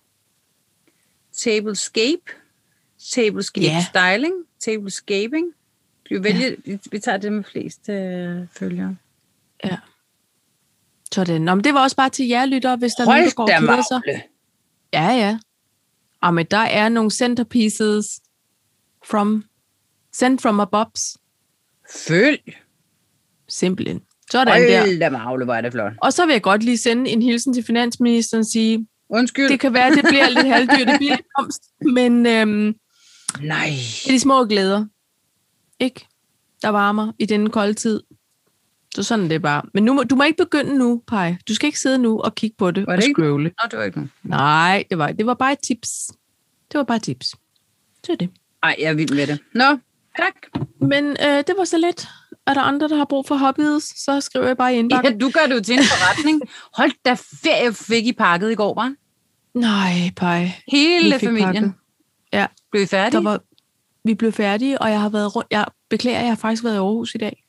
Tablescape. Tablescape Ja. styling. Tablescaping. Vi, vælger, ja. vi tager det med flest øh, følgere. Ja. Sådan. Nå, men det var også bare til jer lyttere, hvis der er nogen, der går og keder sig. Ja, ja. Og men der er nogle centerpieces from, sent from above. Følg. Simpelthen. Sådan der. Hold da magle, hvor er det flot. Og så vil jeg godt lige sende en hilsen til finansministeren og sige, Undskyld. det kan være, at det bliver lidt halvdyrt i bilkomst, men øhm, Nej. det er de små glæder. Ikke? Der varmer i denne kolde tid. Så sådan det er bare. Men nu må, du må ikke begynde nu, Paj. Du skal ikke sidde nu og kigge på det, Var og det ikke? scrolle. Nå, det var ikke noget. Nej, det var, det var bare et tips. Det var bare et tips. Så er det. Ej, jeg er vild med det. Nå, tak. Men øh, det var så lidt. Er der andre, der har brug for hobbies, så skriver jeg bare i indbakken. Ja, du gør det jo til en forretning. Hold da ferie fik I pakket i går, var? Nej, Paj. Hele Vi fik familien. pakket. Ja. Blev I færdige? Der var, vi blev færdige, og jeg har været rundt. Jeg beklager, jeg har faktisk været i Aarhus i dag.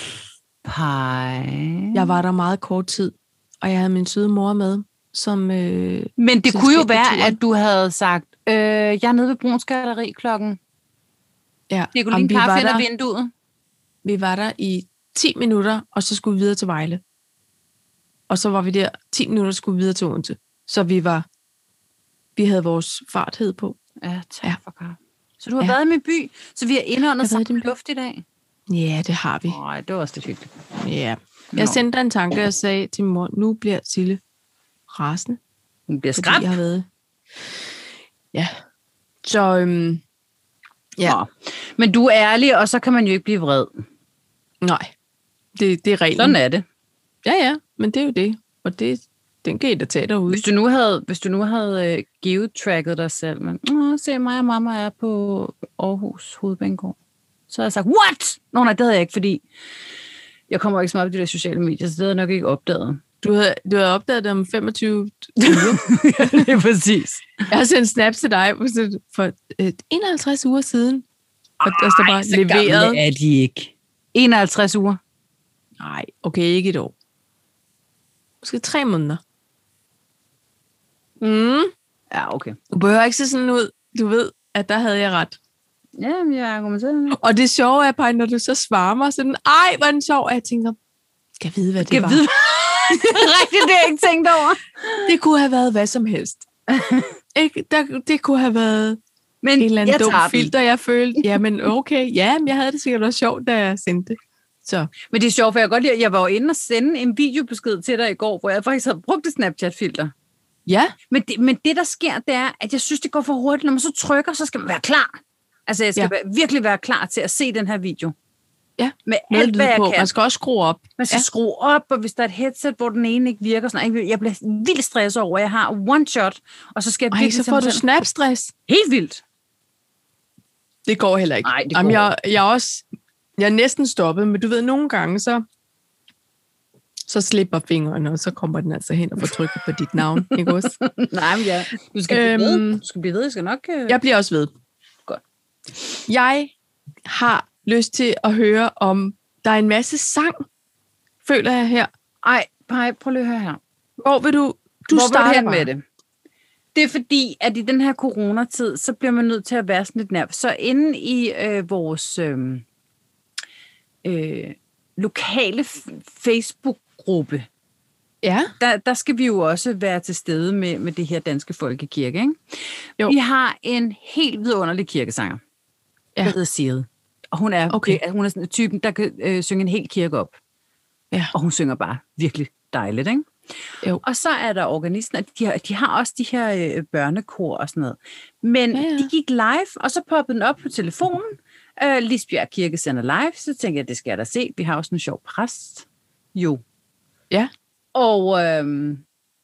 Pej. Jeg var der meget kort tid, og jeg havde min søde mor med, som... Øh, Men det kunne jo selskab på være, turen. at du havde sagt, øh, jeg er nede ved Bruns Galleri klokken. Ja, Jeg kunne jamen, lige vi, en var kaffe ind der, ad vinduet. vi var der i ti minutter, og så skulle vi videre til Vejle. Og så var vi der ti minutter, skulle vi videre til Odense. Så vi var... Vi havde vores farthed på. Ja, tak Ja. for kaffe. Så du har Ja. været i min by, så vi har indåndet Jeg har været i sammen din by. luft i dag. Ja, det har vi. Nej, det var også det hyggeligt. Ja. Nå. Jeg sendte dig en tanke og sagde til min mor, nu bliver Sille rasende. Hun bliver Fordi skræmt. jeg har været... Ja. Så, øhm, ja. Nå. Men du er ærlig, og så kan man jo ikke blive vred. Nej. Det, det er reglen. Sådan er det. Ja, ja. Men det er jo det. Og det, den kan I da tage derude. Hvis du nu havde, hvis du nu havde øh, geotracket dig selv, men Åh, se mig og mamma er på Aarhus Hovedbanegård, så havde jeg sagt, what? Nå nej, det havde jeg ikke, fordi jeg kommer ikke så meget på de der sociale medier, så det havde jeg nok ikke opdaget. Du havde, du havde opdaget det om femogtyve uger. Ja, det er præcis. Jeg har sendt snaps til dig for øh, enoghalvtreds uger siden. Og der står bare så leveret. gamle er de ikke. enoghalvtreds uger. Nej, okay, ikke et år. Måske tre måneder. Mm. Ja, okay. Du behøver ikke se sådan ud. Du ved, at der havde jeg ret. Ja, men jeg argumenterer. Og det sjove er bare, når du så svarer mig sådan, ej, hvor er den sjov, og jeg tænker, skal jeg vide, hvad det Skal var? jeg vide? Rigtigt, det har jeg ikke tænkt over. Det kunne have været hvad som helst. ikke? Der, det kunne have været Men en eller anden jeg dum tager den. filter, jeg følte. Jamen, okay, ja, men jeg havde det sikkert også sjovt, da jeg sendte det. Så. Men det er sjovt, for jeg kan godt lide, at jeg var jo inde og sende en videobesked til dig i går, hvor jeg faktisk havde brugt et Snapchat-filter. Ja. Men det, men det, der sker, det er, at jeg synes, det går for hurtigt. Når man så trykker, så skal man være klar. Altså, jeg skal Ja. være, virkelig være klar til at se den her video. Ja, med med alt, hvad lyd jeg på. kan. Man skal også skrue op. Man skal Ja. ja. skrue op, og hvis der er et headset, hvor den ene ikke virker, sådan, noget, jeg bliver vildt stresset over, at jeg har one shot, og så skal jeg Ej, virkelig så tage får mig du selv- snapstress. Helt vildt. Det går heller ikke. Nej, det Jamen, går jeg, jeg er også... Jeg er næsten stoppet, men du ved, nogle gange, så, så slipper fingeren, og så kommer den altså hen og får trykket på dit navn. Ikke også? Nej, men ja. Du skal blive Øhm, ved. Du skal blive ved. Jeg skal nok... Øh... Jeg bliver også ved. Godt. Jeg har lyst til at høre om... Der er en masse sang, føler jeg her. Ej, Paj, prøv lige at høre her. Hvor vil du... Du Hvor vil starter du hen bare. med det? Det er fordi, at i den her coronatid, så bliver man nødt til at være sådan lidt nær. Så inde i øh, vores øh, øh, lokale Facebook-gruppe, Ja. der, der skal vi jo også være til stede med, med det her danske folkekirke, ikke? Jo. Vi har en helt vidunderlig kirkesanger, Ja. der hedder Sigrid. Og hun er, Okay. det, hun er sådan en typen, der kan øh, synge en hel kirke op. Ja. Og hun synger bare virkelig dejligt, ikke? Jo. Og så er der organisten, og de har, de har også de her øh, børnekor og sådan noget. Men Ja, ja, ja. ja. de gik live, og så poppede den op på telefonen. Øh, Lisbjerg Kirke sender live, så tænkte jeg, det skal jeg da se. Vi har også en sjov præst. Jo. Ja. Og, øhm,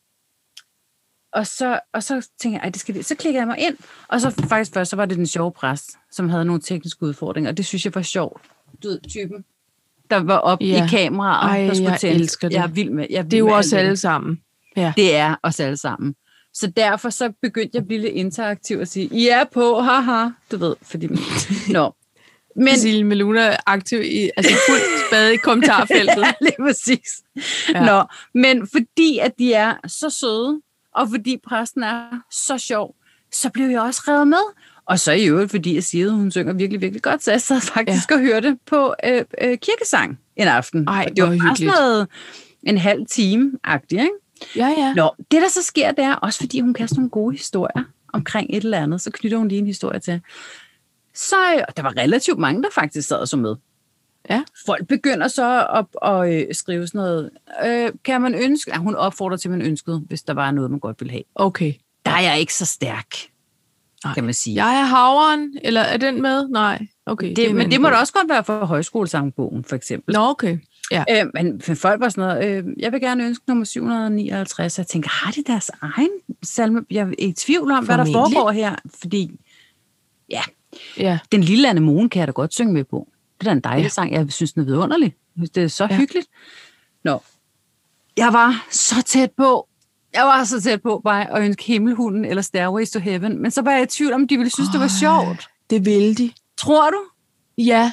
og, så, og så tænkte jeg, ej, det skal det. Så klikkede jeg mig ind, og så faktisk først, så var det den sjove præst, som havde nogle tekniske udfordringer, og det synes jeg var sjovt. Du ved, typen, der var op Ja. i kameraer, Ej, der skulle jeg tænde. elsker det. Jeg er vild med, jeg er vild Det er jo med også alt det. alle sammen. Ja. Det er os alle sammen. Så derfor så begyndte jeg at blive lidt interaktiv og sige, I er på, haha, du ved, fordi... Nå. Men, Cecilie Meluna er aktiv i altså fuldt spade i kommentarfeltet. ja, lige præcis. Ja. Nå, men fordi at de er så søde, og fordi præsten er så sjov, så blev jeg også revet med. Og så i øvrigt, fordi jeg siger, at hun synger virkelig, virkelig godt, så jeg sad faktisk ja. og hørte på øh, øh, kirkesang en aften. Ej, og det var hvor bare sådan hyggeligt. noget en halv time-agtigt, ikke? Ja, ja. Nå, det der så sker, det er også fordi hun kan sådan nogle gode historier omkring et eller andet, så knytter hun lige en historie til. Så og der var relativt mange, der faktisk sad og så med. Ja. Folk begynder så at, at, at skrive sådan noget. Øh, kan man ønske? Ja, hun opfordrer til, at man ønskede, hvis der var noget, man godt ville have. Okay. Der er jeg ikke så stærk, Nej. kan man sige. Jeg er havren, eller er den med? Nej. Okay. det, er en men anden det må bog. da også godt være for højskolesangbogen, for eksempel. Nå, okay. Ja. Øh, men men folk var sådan noget, øh, jeg vil gerne ønske nummer syv hundrede nioghalvtreds. Jeg tænker, har de deres egen salme? Jeg er i tvivl om, hvad der Formentlig. foregår her, fordi ja, Ja. Den lille anemone kan jeg da godt synge med på. Det er da en dejlig Ja. sang. Jeg synes, den er vidunderlig. Det er så Ja. hyggeligt. Nå. Jeg var så tæt på. Jeg var så tæt på bare at ønske Himmelhunden eller Stairways to Heaven. Men så var jeg i tvivl om, de ville synes, det var sjovt. Det ville de. Tror du? Ja.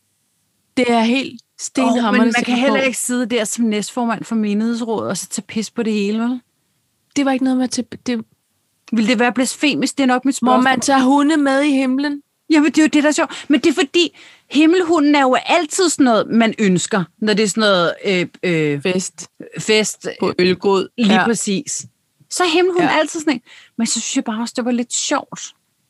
Det er helt Oh, stenhammerende. men man sikker kan heller på. ikke sidde der som næstformand for menighedsrådet og så tage pis på det hele, vel? Det var ikke noget med til... Det... Vil det være blasfemisk? Det er nok mit Må spørgsmål. man tage hunde med i himlen? Jamen, det er jo det, der er sjovt. Men det er fordi, Himmelhunden er jo altid sådan noget, man ønsker, når det er sådan noget øh, øh, Fest fest. på ølgrød. Lige Ja. ja. præcis. Så er Himmelhunden Ja. ja. altid sådan en. Men så synes jeg bare også, det var lidt sjovt.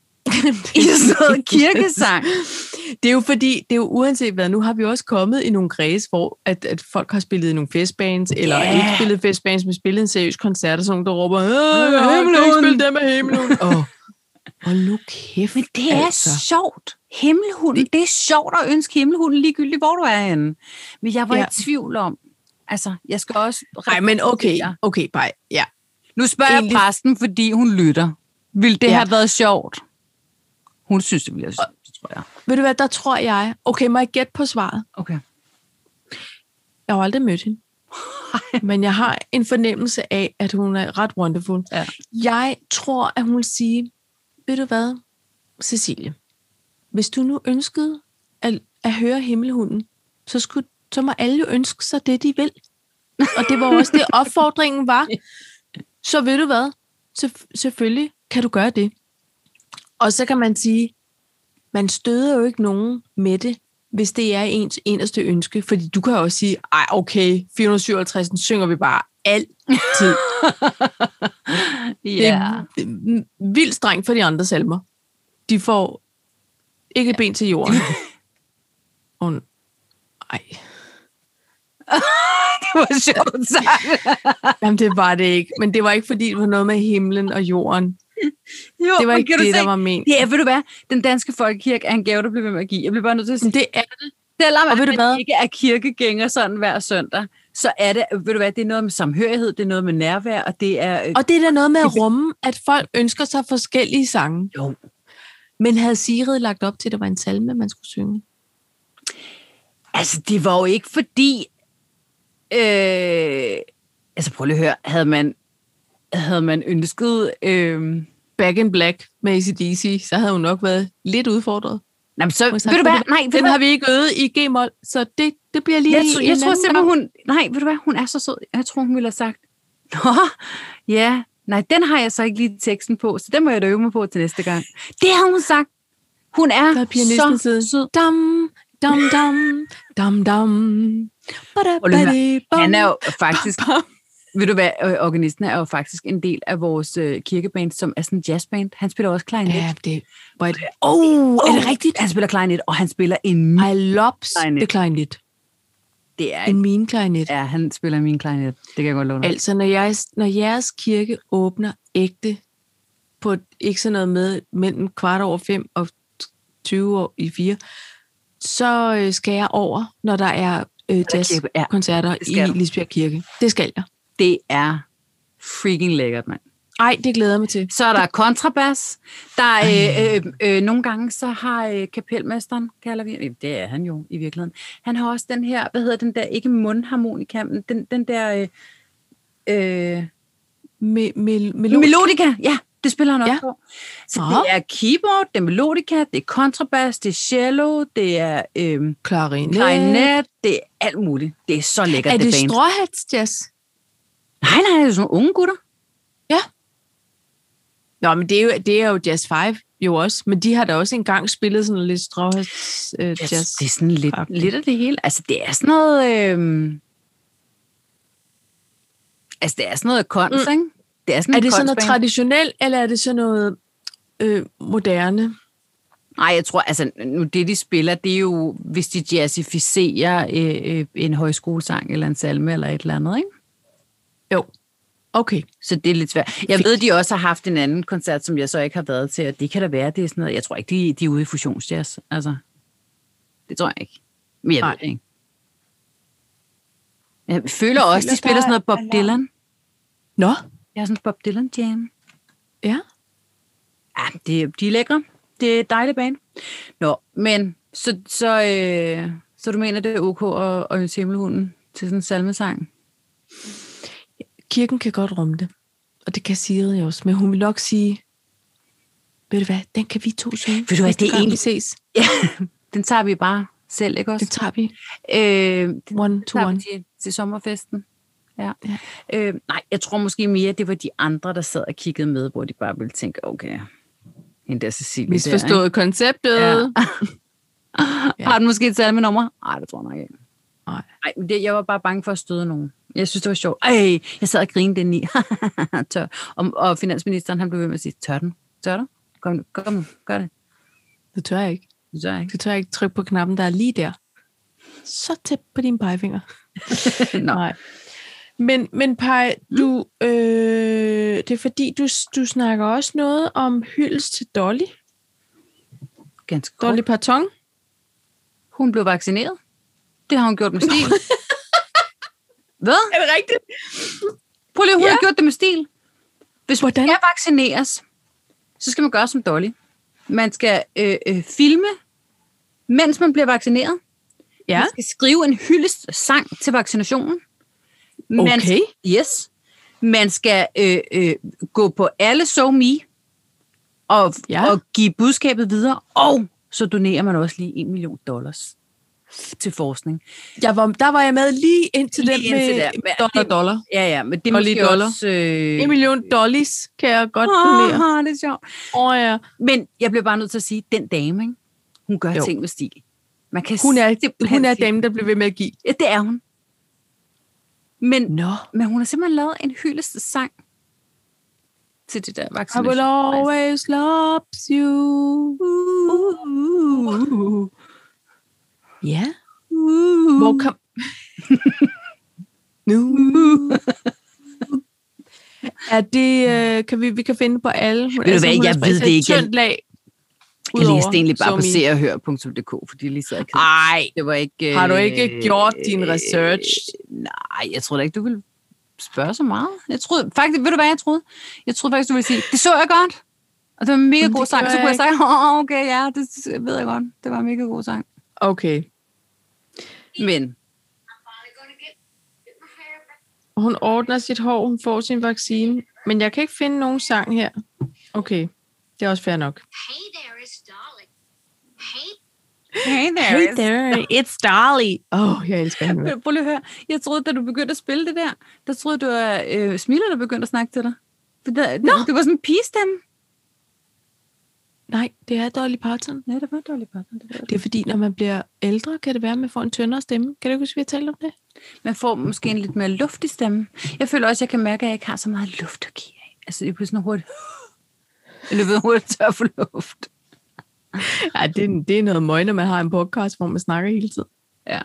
I sådan noget kirkesang. Det er jo fordi, det er jo uanset hvad, nu har vi også kommet i nogle kredse, hvor at, at folk har spillet i nogle festbands, eller Ja. ikke spillet festbands, men spillet en seriøs koncert, og sådan nogen, der råber, jeg kan ikke spille dem med Himmelhunden. Åh, oh, nu kæft. Men det er altså. sjovt. Himmelhunden, det... det er sjovt at ønske Himmelhunden ligegyldigt, hvor du er henne. Men jeg var Ja. ja. i tvivl om, altså, jeg skal også... Nej, men okay, okay, bye. Ja. Nu spørger Egentlig- jeg præsten, fordi hun lytter. Vil det Ja. ja. have været sjovt? Hun synes, det ville have sjovt, det tror jeg. Ved du hvad, der tror jeg, okay, må jeg gætte på svaret? Okay. Jeg har aldrig mødt hende. Men jeg har en fornemmelse af, at hun er ret wonderful. Ja. Jeg tror, at hun vil sige, ved du hvad, Cecilie, hvis du nu ønskede at, at høre Himmelhunden, så, skulle, så må alle jo ønske sig det, de vil. Og det var også det, opfordringen var. Så ved du hvad, så, selvfølgelig kan du gøre det. Og så kan man sige, man støder jo ikke nogen med det, hvis det er ens eneste ønske. Fordi du kan jo også sige, ej okay, fire hundrede syvoghalvtreds, den synger vi bare altid. Det er vildt strengt for de andre salmer. De får ikke et ben til jorden. Og, ej. Det var sjovt sagt. Jamen, det var det ikke. Men det var ikke, fordi det var noget med himlen og jorden. Jo, Det var men ikke kan du det, der se- var ment. Det er, ved du hvad, den danske folkekirke er en gave, der bliver ved med at give. Jeg bliver bare nødt til at sige, Men det er det. selvom Og ved du man hvad? ikke er kirkegænger sådan hver søndag, så er det, ved du hvad, det er noget med samhørighed, det er noget med nærvær, og det er... øh, Og det er da noget med at rumme, at folk ønsker sig forskellige sange. Jo. Men havde Sigrid lagt op til, at der var en salme, man skulle synge? Altså, det var jo ikke fordi... Øh, altså, prøv lige at høre, havde man, havde man ønsket... Øh, Back in Black med A C D C, så havde hun nok været lidt udfordret. nej, men så, Hun ved du hvad, nej, ved du Den hvad? har vi ikke øvet i G-mol, så det, det bliver lige Jeg, tr- en jeg tror anden simpelthen, gang. hun... Nej, ved du hvad, hun er så sød. Jeg tror, hun ville have sagt, nå, ja, Nej, den har jeg så ikke lige teksten på, så den må jeg da øve mig på til næste gang. Det har hun sagt. Hun er, Der er pianisten så side. sød. Dam, dam, dam, dam, dam. Han er jo faktisk, ved du hvad, organisten er jo faktisk en del af vores øh, kirkeband, som er sådan en jazzband. Han spiller også klarinet. Ja, det var det. Åh, oh, er det rigtigt? Han spiller klarinet, og han spiller en I loves klarinet. the klarinet. Det er En min klarinet. Ja, han spiller min klarinet. Det kan jeg godt love dig. Altså, når, jeg, når jeres kirke åbner ægte på ikke sådan noget med mellem kvart over fem og tyve år i fire, så øh, skal jeg over, når der er øh, jazzkoncerter ja, i Lisbjerg Kirke. Det skal jeg. Det er freaking lækkert, mand. Ej, det glæder jeg mig til. Så er der kontrabas. Der er, øh, øh, øh, nogle gange så har øh, kapelmesteren, kalder vi, det er han jo i virkeligheden, han har også den her, hvad hedder den der, ikke mundharmonika, men den, den der... Øh, øh, Me, me, melodika. melodika, ja, det spiller han også ja. på. Så Aha. det er keyboard, det er melodika, det er kontrabas, det er cello, det er øh, klarinet. klarinet, det er alt muligt. Det er så lækkert, er det, det det stråhatsjazz? Nej, nej, det er sådan nogle unge gutter. Ja. Nå, men det er jo, det er jo Jazz fem jo også, men de har da også engang spillet sådan lidt stråhats øh, jazz. Yes, det er sådan lidt, lidt af det hele. Altså, det er sådan noget... Øh, altså, det er sådan noget kunst, mm. ikke? Det er sådan er det sådan noget traditionelt, eller er det sådan noget øh, moderne? Nej, jeg tror, altså, nu det, de spiller, det er jo, hvis de jazzificerer øh, øh, en højskolesang, eller en salme, eller et eller andet, ikke? Jo. Okay. Så det er lidt svært. Jeg ved, de også har haft en anden koncert, som jeg så ikke har været til, og det kan da være, det er sådan noget. Jeg tror ikke, de, de er ude i fusionsjazz. Altså, det tror jeg ikke. Men jeg Nej. ved det ikke. Jeg føler jeg også, føler, de spiller sådan noget Bob alarm. Dylan. Nå? Jeg har sådan en Bob Dylan jam. Ja. Ja, det, de er lækre. Det er et dejligt band. Nå, men så, så, øh, så du mener, det er ok at, at ønske himmelhunden til sådan en salmesang? Kirken kan godt rumme det, og det kan Sigrid også, men hun vil nok sige, ved du hvad, den kan vi to synge. Ved du hvad, det er egentlig... vi ses. Ja, den tager vi bare selv, ikke også? Den tager vi. Øh, den one to tager one. Vi til, til sommerfesten. Ja. ja. Øh, nej, jeg tror måske mere, det var de andre, der sad og kiggede med, hvor de bare ville tænke, okay, hende der Cecilie misforstået der, konceptet. Ja. ja. Har den måske et salmenummer? Nej, det tror jeg nok ikke. Nej. Nej, men det, jeg var bare bange for at støde nogen. Jeg synes, det var sjovt. Ej, jeg sad og grinede den i. Tør. Og, og finansministeren, han blev ved med at sige, tør den? Tør du? Kom nu, kom nu, gør det. Det tør jeg ikke. Det tør jeg ikke. Det tør jeg ikke trykke på knappen, der er lige der. Så tæt på dine pegefinger. Nej. Men, men Paj, du, øh, det er fordi, du, du snakker også noget om hyldest til Dolly. Ganske kort. Dolly Parton. Hun blev vaccineret. Det har hun gjort med stil. Hvad? Er det rigtigt? Prøv lige, hun ja. har gjort det med stil. Hvis Hvordan? man skal vaccineres, så skal man gøre som Dolly. Man skal øh, øh, filme, mens man bliver vaccineret. Ja. Man skal skrive en hyldestsang til vaccinationen. Man okay. Skal, yes. Man skal øh, øh, gå på alle SoMe og, ja. og give budskabet videre, og så donerer man også lige en million dollars til forskning. Jeg var, der var jeg med lige indtil lige den med der. dollar, det, dollar. Ja, ja, men det er måske dollar. også... Øh... En million dollars kan jeg godt donere. Ah, det er sjovt. Oh, ja. Men jeg blev bare nødt til at sige, den dame, ikke? Hun gør jo. ting med stil. Man kan hun er, hun er damen, der bliver ved med at give. Ja, det er hun. Men, no. men hun har simpelthen lavet en hyldestsang til det der vaccination. I will always love you. Ja. Yeah. Uh. Hvor kom... nu. Er det... Øh, kan vi, vi kan finde på alle... Ved du hvad, jeg ved det ikke. Tyndt lag. Jeg læste egentlig bare på se og hør punktum d k, fordi lige så jeg kan... Ej, det var ikke... Har du ikke gjort din research? Øh, nej, jeg tror ikke, du ville spørge så meget. Jeg troede... Faktisk, ved du hvad jeg troede? Jeg troede faktisk, du ville sige, det så jeg godt. Og det var en mega god sang. Så kunne jeg sige, åh, oh, okay, ja, det ved jeg godt. Det var en mega god sang. Okay. Men... Hun ordner sit hår, hun får sin vaccine. Men jeg kan ikke finde nogen sang her. Okay, det er også fair nok. Hey there, it's Dolly. Hey, hey there, hey there it's Dolly. Åh, oh, jeg elsker hende. Prøv lige at høre. Jeg troede, da du begyndte at spille det der, der troede du, at øh, Smilla, der begyndte at snakke til dig. Det, der, det, det var sådan en pigestemme. Nej, det er Dolly Parton. Ja, det var Dolly Parton. Det, Det er fordi, når man bliver ældre, kan det være, at man får en tyndere stemme. Kan du ikke huske, vi har talt om det? Man får måske en lidt mere luftig stemme. Jeg føler også, at jeg kan mærke, at jeg ikke har så meget luft at give af. Altså, jeg bliver sådan hurtigt... Jeg løber hurtigt tør for luft. Ja, det, det er noget møg, når man har en podcast, hvor man snakker hele tiden. Ja.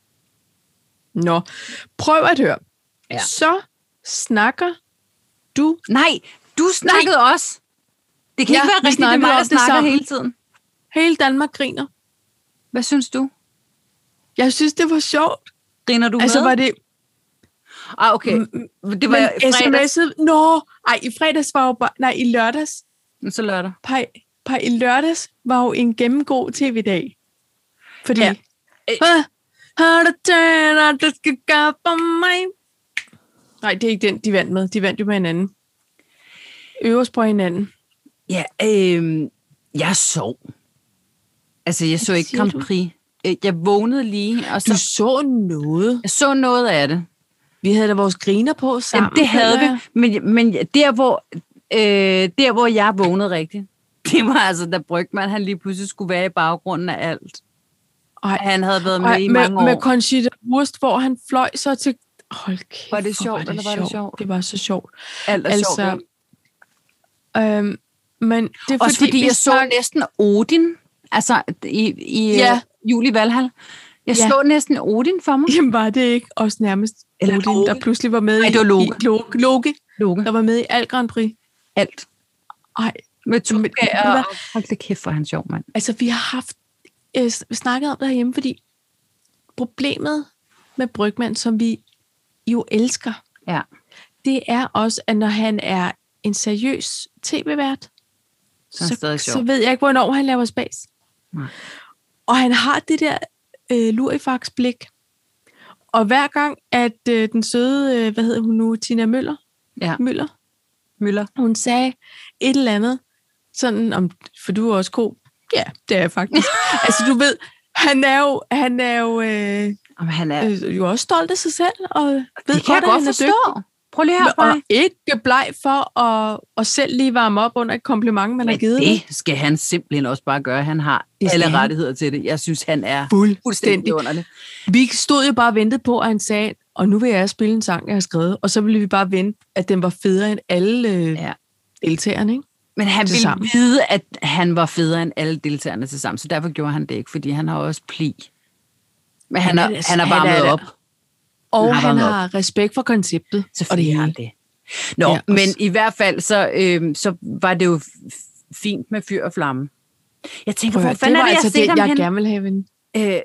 Nå, prøv at høre. Ja. Så snakker du... Nej, du snakkede Nej. også. Det kan Ja, ikke vi være rigtigt, det er snakkede mig, om der det snakker sammen. hele tiden. Hele Danmark griner. Hvad synes du? Jeg synes, det var sjovt. Griner du Altså, med? var det... Ah, okay. Det var Men fredags. sms'et... Nå, ej, i fredags var jo bare... Nej, i lørdags. Men så lørdag. Pej, pej, i lørdags var jo en gennemgod tv-dag. Fordi... Ja. Ja. Har du tænkt, at du skal gøre for mig? Nej, det er ikke den, de vandt med. De vandt jo med hinanden. Øverst på hinanden. Ja, øh, jeg sov. Altså, jeg så Hvad ikke siger Grand du? Prix. Øh, Jeg vågnede lige, og Du så... så noget. Jeg så noget af det. Vi havde da vores griner på sammen. Jamen, det havde føler jeg. vi. Men, men der, hvor, øh, der, hvor jeg vågnede rigtigt, det var altså, da Brygmann, han lige pludselig skulle være i baggrunden af alt. Ej, Han havde været med ej, i med, mange år. med Conchita Wurst, hvor han fløj så til... Hold kæft, Var det hvor sjovt, eller var det sjovt? Det var så sjovt. Alt er Altså, sjovt. Øhm, men det er Også fordi, vi jeg så snak- næsten Odin, altså i, i Ja. ja. Juli Valhall. Jeg Ja. så næsten Odin for mig. Jamen var det ikke også nærmest Eller Odin, Loke. der pludselig var med Nej, i... det var Loke. i Loke. Loke, Loke. der var med i alt Grand Prix. Alt. Ej, Med Men- Tugager hvad? og... Hold da kæft, hvor er han sjov, mand. altså vi har haft øh, snakket om det herhjemme, fordi problemet med Brygmann, som vi jo elsker, Ja. det er også, at når han er en seriøs tv-vært, Så er han stadig sjov. så ved jeg ikke, hvornår han laver spas. Nej. Og han har det der øh, lurifax-blik. Og hver gang, at øh, den søde, øh, hvad hedder hun nu, Tina Møller, Ja. Møller, Møller. hun sagde et eller andet, sådan om, for du er også god. Ja, det er jeg faktisk. altså du ved, han er jo, han er jo, øh, Jamen, han er... øh, jo også stolt af sig selv, og ved det kan jeg at godt han er forstå. Prøv lige her, og ikke bleg for at, at selv lige varme op under et kompliment, man har givet ham. det skal han simpelthen også bare gøre. Han har Det skal alle han. rettigheder til det. Jeg synes, han er Fuldstændig. fuldstændig underlig. Vi stod jo bare og ventede på, at han sagde, og nu vil jeg spille en sang, jeg har skrevet, og så ville vi bare vente, at den var federe end alle øh, Ja. deltagerne, ikke? Men han Til ville sammen. vide, at han var federe end alle deltagerne til sammen, så derfor gjorde han det ikke, fordi han har også pli. Men han, Han er, er- han er han varmet er- op. Og har han varmet har respekt for konceptet. Og det Selvfølgelig har han hele. det. Nå, Ja, ja, og men s- i hvert fald, så, øh, så var det jo f- fint med fyr og flamme. Jeg tænker, Prøv at hvor høre, fanden det er var det, jeg altså har set det, ham jeg hen? gerne vil have en. Øh,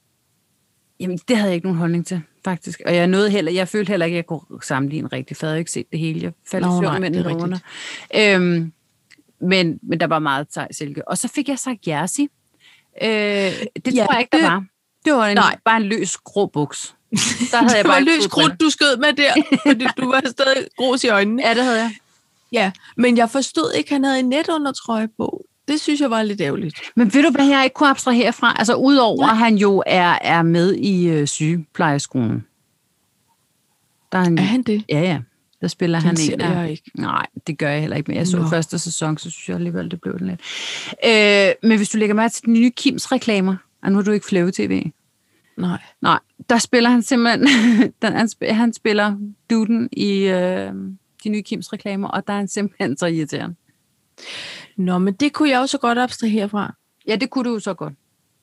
jamen, det havde jeg ikke nogen holdning til, faktisk. Og jeg nåede heller, jeg følte heller ikke, at jeg kunne sammenligne rigtigt, for jeg havde ikke set det hele. Jeg faldt i Nå, nej, søvn mellem det er ungerne. Øhm, men, men der var meget Thaj Silke. Og så fik jeg sagt Jersey. Øh, det Ja, tror jeg ikke, der det- var. Det var en, Nej. bare en løs grå buks. Der havde jeg Det bare var ikke løs fodbriller. krudt, du skød med der, fordi du var stadig grus i øjnene. Ja, det havde jeg. Ja, men jeg forstod ikke, at han havde en netundertrøje på. Det synes jeg var lidt ærgerligt. Men ved du, hvad jeg ikke kunne abstrahere fra? Altså, udover Nej. at han jo er, er med i øh, sygeplejeskolen. Der er han, Er han det? Ja, ja. Der spiller Den han ser en af... jeg ikke. Nej, det gør jeg heller ikke, men jeg så Nå. første sæson, så synes jeg alligevel, det blev den lidt. Øh, men hvis du lægger mærke til de nye Kims reklamer, og nu er du ikke Flæve T V. Nej. Nej, der spiller han simpelthen, den, han, spiller, han spiller duden i øh, de nye Kims reklamer, og der er han simpelthen så irriterende. Nå, men det kunne jeg også godt abstrahere fra. Ja, det kunne du jo så godt.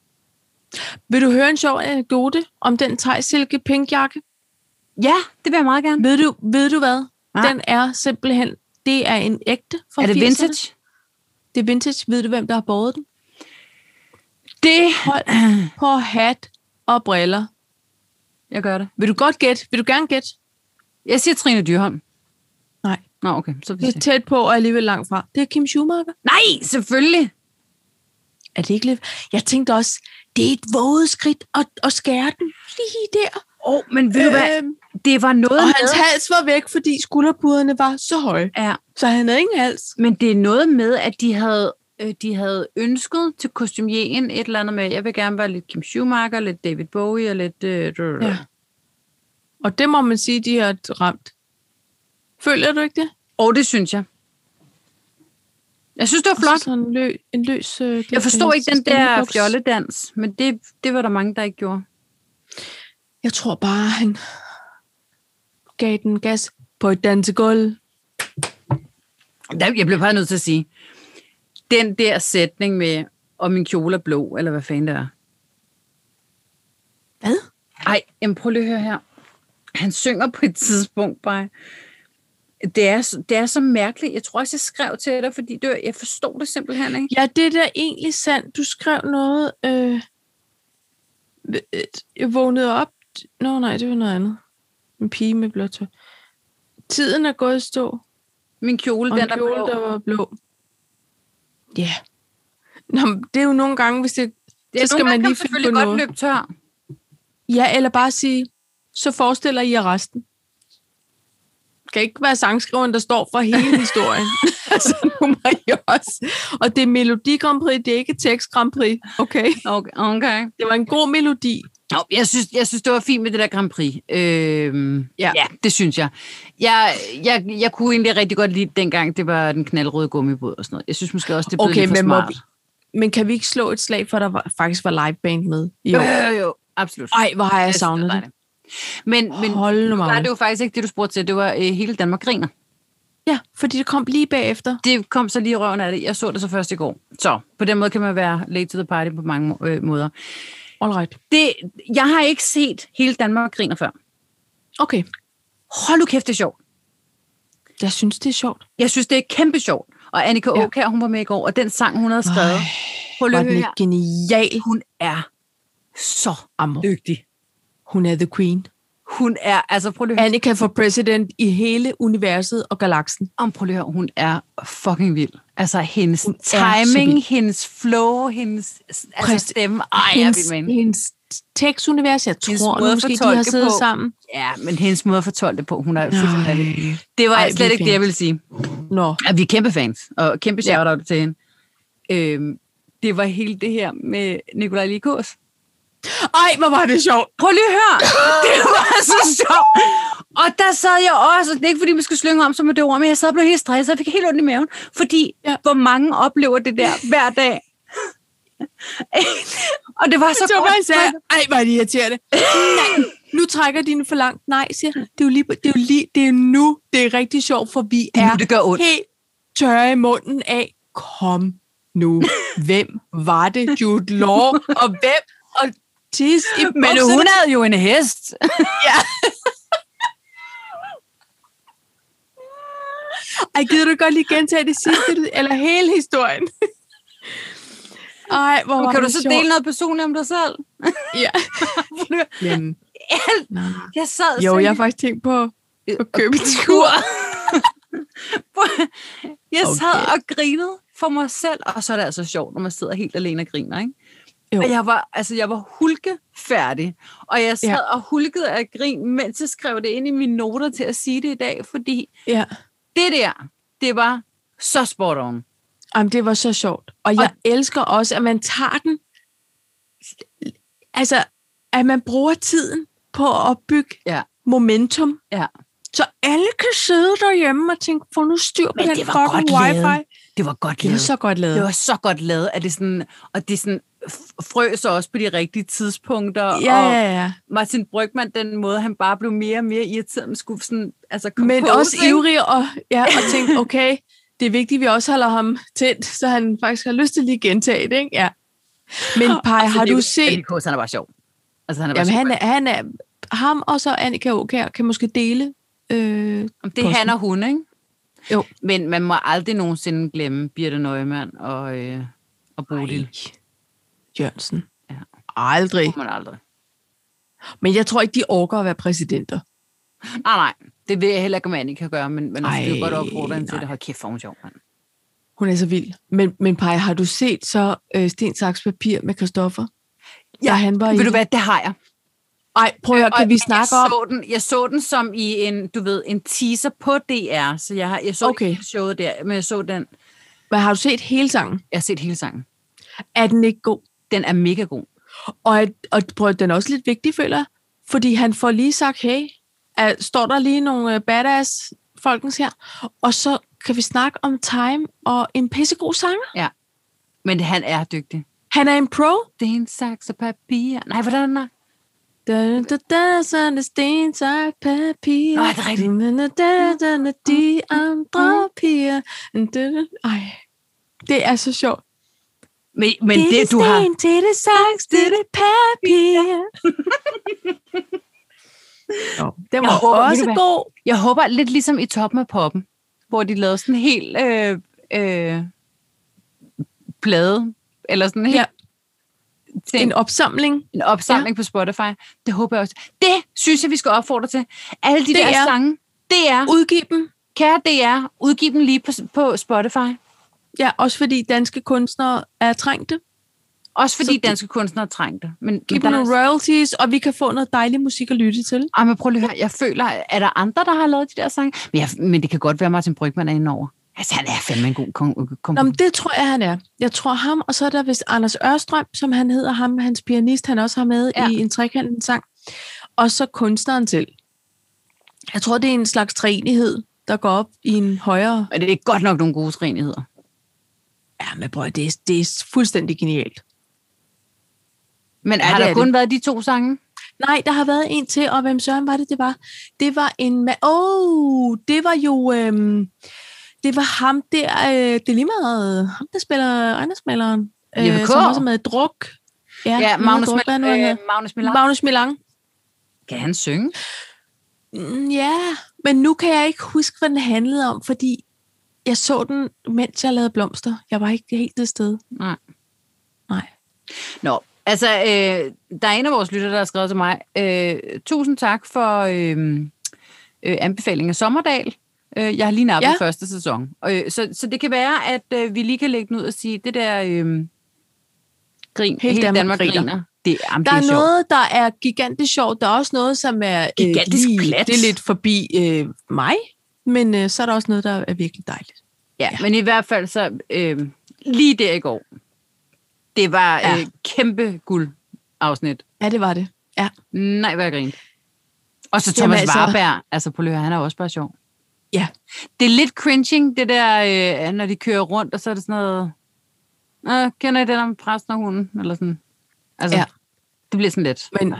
Vil du høre en sjov anekdote om den thai-silke pinkjakke? Ja, det vil jeg meget gerne. Ved du, ved du hvad? Nej. Den er simpelthen, det er en ægte fra Er det firserne. vintage? Det er vintage. Ved du, hvem der har båret den? Det, Hold på hat og briller. jeg gør det. Vil du godt gætte? Vil du gerne gætte? Jeg siger Trine Dyrholm. Nej. Nå, okay, så vil Det jeg er sige. tæt på og alligevel langt fra. Det er Kim Schumacher. Nej, selvfølgelig. Er det ikke lidt? Jeg tænkte også, det er et våget skridt at, at skære den lige der. Åh, oh, men ved du hvad? Øhm, Det var noget og med... hans hals var væk, fordi skulderpuderne var så høje. Ja, Så han havde ingen hals. men det er noget med, at de havde, øh, de havde ønsket til kostymien et eller andet med, jeg vil gerne være lidt Kim Schumacher, lidt David Bowie og lidt... Øh, Ja. Og det må man sige, de har ramt. Føler du ikke det? Og det synes jeg. Jeg synes, det var Og flot. så sådan en, lø, en løs... Øh, Jeg forstår ikke den der stemmebuks. fjolledans, men det, det var der mange, der ikke gjorde. Jeg tror bare, han gav den gas på et dansegulv. Der- Jeg blev bare nødt til at sige, den der sætning med, om min kjole er blå, eller hvad fanden det er. Hvad? Ej, jamen prøv lige at høre her. Han synger på et tidspunkt bare. Det er, så- det er så mærkeligt. Jeg tror også, jeg skrev til dig, fordi det var, jeg forstod det simpelthen ikke. Ja, det er da egentlig sandt. Du skrev noget... Øh, øh, jeg vågnede op... Nå nej, det var noget andet. En pige med blåt tøj. Tiden er gået i stå. Min kjole, Og den en er kjole, blå. der var blå. Ja. Yeah. Nå, men det er jo nogle gange, hvis det... Det er så skal nogle man gange lige kan finde selvfølgelig på godt noget. løbe tør. Ja, eller bare sige, så forestiller I jer resten. Det kan ikke være sangskriveren, der står for hele historien. altså, nu må I også. Og det er Melodi Grand Prix, det er ikke Tekst Grand Prix, okay? Okay. okay. Det var en god melodi. Nå, jeg, synes, jeg synes, det var fint med det der Grand Prix. Øhm, Ja. ja, det synes jeg. jeg. Jeg jeg kunne egentlig rigtig godt lide dengang, det var den knaldrøde gummibåd og sådan noget. Jeg synes måske også, det blev Okay, lidt for men, må smart. vi, men kan vi ikke slå et slag for, at der var, faktisk var liveband med i Jo, år? jo, jo, absolut. Ej, hvor har jeg Jeg synes, savnet var det. Men, men Hold nu nu var meget. det jo faktisk ikke det, du spurgte til. Det var øh, hele Danmark griner. Ja, fordi det kom lige bagefter. Det kom så lige i røven af det. Jeg så det så først i går. Så på den måde kan man være late to the party på mange øh, måder. All right. Det, jeg har ikke set hele Danmark griner før. Okay, Hold nu kæft, det er sjovt. jeg synes, det er sjovt. Jeg synes, det er kæmpe sjovt. Og Annika Ja. Aakjær, hun var med i går, og den sang, hun havde skrevet. Ej, Prøv lige var at den høre ikke her. genial? Hun er så Amor. dygtig. Hun er the queen. Hun er, altså prøv lige at høre, Annika for president i hele universet og galaksen. om, prøv lige at høre, hun er fucking vild. Altså hendes Hun er så timing, vild. hendes flow, hendes altså, Præcis. stemme. Ej, jeg er hendes, vild med hende. hendes tekstunivers, jeg Hendes tror måde nu at måske, de fortolke har siddet på. sammen. Ja, men hendes måde at fortolke det på, hun er fuldstændig vanvittig. Det var Ej, Ej, vi slet er ikke det, jeg fans. ville sige. Nå, Ja, vi er kæmpe fans, og kæmpe Ja. shout-out til hende. Øhm, det var hele det her med Nikolaj Likos. ej, hvor var det sjovt. Prøv lige at høre. Det var så sjovt. Og der sad jeg også, og det er ikke fordi, man skal slynge om som med det ord, men jeg sad og blev helt stresset, jeg fik helt ondt i maven, fordi Ja. ja. hvor mange oplever det der hver dag. Og det var så Så godt. var jeg sagde, ej, hvor er det irriterende. Nej, nu trækker dine for langt. Nej, siger jeg. Det er jo lige, det er jo lige, det er nu, det er rigtig sjovt, for vi Det er er nu, det gør ondt. helt tørre i munden af, kom nu. Hvem var det? Jude Law, og hvem? Og tis i Men bukserne. hun havde jo en hest. Ja. Ej, gider du godt lige gentage det sidste, eller hele historien? Ej, hvor var Kan du det så sjovt. dele noget personligt om dig selv? Ja. Jamen, nej. Jeg sad Jo, så- jeg har faktisk tænkt på at købe en skur. Jeg sad Okay. og grinede for mig selv, og så er det altså sjovt, når man sidder helt alene og griner, ikke? Jo. Og jeg var, altså, jeg var hulkefærdig, og jeg sad Ja. og hulkede af grin, mens jeg skrev det ind i mine noter til at sige det i dag, fordi Ja. det der, det var så spot on. Jamen, det var så sjovt. Og jeg og... elsker også, at man tager den... Altså, at man bruger tiden på at opbygge Ja. momentum. Ja. Så alle kan sidde derhjemme og tænke, få nu styr på Men den det var fucking godt wifi. lavet. Det var godt Det var lavet. så godt lavet. Det var så godt lavet, at det sådan, og det sådan f- frøs også på de rigtige tidspunkter. Ja, og ja, ja. Martin Brygmann, den måde, han bare blev mere og mere irriteret, man skulle sådan, altså Men compose, også ikke? ivrig og, ja, og tænke, okay, det er vigtigt, at vi også holder ham tændt, så han faktisk har lyst til lige at gentage det, ikke? Ja. Men Paj, Og så har du Nico- set... Nikos, han er bare sjov. Altså, han er bare Jamen, sjov. han er, han er... Ham og så Annika Aakjær kan måske dele... Øh, Det er posten. han og hun, ikke? Jo. Men man må aldrig nogensinde glemme Birte Neumann og, øh, og Bodil. Ej, Jørgensen. Ja. Aldrig. Det må man aldrig. Men jeg tror ikke, de orker at være præsidenter. Nej, nej. Det ved jeg heller ikke, om Annika kan gøre, men, men altså, det er jo Ej, godt opfordre hende til nej. det. Hold kæft, for hun er sjov, mand. Hun er så vild. Men, men Paj, har du set så øh, Sten, Saks, Papir med Christoffer? Ja, Da han var i ved du det? hvad, det har jeg. Ej, prøv at høre, kan Og vi jeg snakke så om... Den, jeg så den som i en, du ved, en teaser på D R, så jeg, har, jeg så Okay. ikke hele showet der, men jeg så den. Hvad, har du set hele sangen? Jeg har set hele sangen. Er den ikke god? Den er mega god. Og, at- og prøv, at den er også lidt vigtig, føler jeg. Fordi han får lige sagt, hey, er, står der lige nogle øh, badass folkens her. Og så kan vi snakke om Time og en pissegod sanger. Ja, men han er dygtig. Han er en pro. Sten, saks og papir. Nej, hvordan er Da, da, da, sådan er sten, saks, papir. Nå, det er rigtigt. Da, da, da, de andre piger. Da, da. Ej, det er så sjovt. Men, men det, det, du har... sten, det er det saks, det er det papir. Nå, det var Jeg håber, ved også du hvad? god. Jeg håber lidt ligesom i Toppen af Poppen, hvor de lavede sådan en helt øh, øh, plade, eller sådan en helt Ja. ting, En opsamling. en opsamling ja. på Spotify. Det håber jeg også. Det synes jeg, vi skal opfordre til. Alle de Det der er- sange, det er, Udgiv dem. kære D R, udgiv dem lige på, på Spotify. Ja, også fordi danske kunstnere er trængte. Også fordi Så- danske kunstnere trængte. Men, Giv men dem der nogle royalties, og vi kan få noget dejlig musik at lytte til. Ej, men prøv lige at høre. Jeg føler, er der andre, der har lavet de der sange? Men, jeg, men det kan godt være, Martin Brygmann er inde over. Altså, han er fandme en god kom- kom- Nå, men det tror jeg, han er. Jeg tror ham, og så er der vist Anders Ørstrøm, som han hedder, ham, hans pianist, han også har med Ja. ja. i en trekantens sang. Og så kunstneren selv. Jeg tror, det er en slags træenighed, der går op i en højere... Men det er godt nok nogle gode træenigheder. Ja, men bror, det er, det er fuldstændig genialt. Men Ja, har det der er kun det. været de to sange? Nej, der har været en til, og hvem søren var det, det var? Det var en... Ma- Åh, oh, det var jo... Øhm, det var ham der... Øh, det er lige meget... Ham, der spiller ejendomsmaleren. Jeppe K. som også er med i Druk. Ja, med Magnus, Druk, hvad er nu, han Mil- hedder? øh, Magnus Milan. Magnus Milan. Kan han synge? Mm, Ja, men nu kan jeg ikke huske, hvad den handlede om, fordi jeg så den, mens jeg lavede blomster. Jeg var ikke helt det sted. Nej. Nej. Nå, altså, øh, der er en af vores lytter, der har skrevet til mig. Øh, tusind tak for øh, øh, anbefalingen af Sommerdal. Øh, jeg har lige nappet ja. Ja. første sæson. Øh, så, så det kan være, at øh, vi lige kan lægge den ud og sige, det der øh, grin, Helt hele Danmark Danmark griner. griner. Det, jamen, Der det er, er sjovt. noget, der er gigantisk sjovt. Der er også noget, som er Gigantisk lige, plat. det er lidt forbi øh, mig, men øh, så er der også noget, der er virkelig dejligt. Ja, men i hvert fald så, øh, lige der i går, det var Ja. øh, kæmpe guld afsnit. Ja, det var det. Ja, Nej, hvad jeg grinte. Og så Jamen Thomas altså- Warberg, altså på løber, han er jo også bare sjov. ja. Det er lidt cringing, det der, øh, når de kører rundt, og så er det sådan noget, øh, kender I den om præsten og hunden? Eller sådan. Altså, ja. Ja. Det bliver sådan lidt. Men,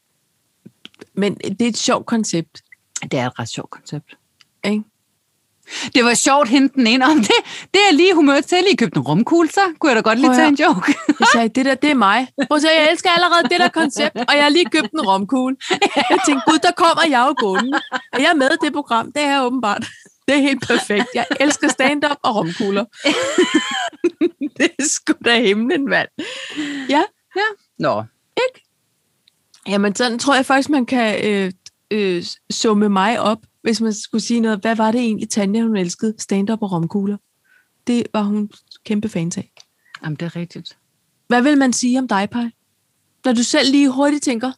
men det er et sjovt koncept, Det er et ret sjovt koncept. ikke? Det var sjovt, hente den ind om det. Det er lige humør til. Lige købt en rumkugle, så kunne jeg da godt lige Prøv tage at- en joke. Jeg sagde, det der, det er mig. Prøv at se, jeg elsker allerede det der koncept, og jeg har lige købt en romkugle. Jeg tænkte, gud, der kommer jeg jo gående. Og jeg er med i det program, det er jeg åbenbart. Det er helt perfekt. Jeg elsker stand-up og romkugler. Det er sgu da himlen, mand. Ja, Nå. jamen sådan tror jeg faktisk, man kan øh, øh, summe mig op, hvis man skulle sige noget. Hvad var det egentlig, Tanja, hun elskede? Stand-up og romkugler. Det var hun kæmpe fan af. Jamen, det er rigtigt. Hvad vil man sige om dig, Paj? Når du selv lige hurtigt tænker,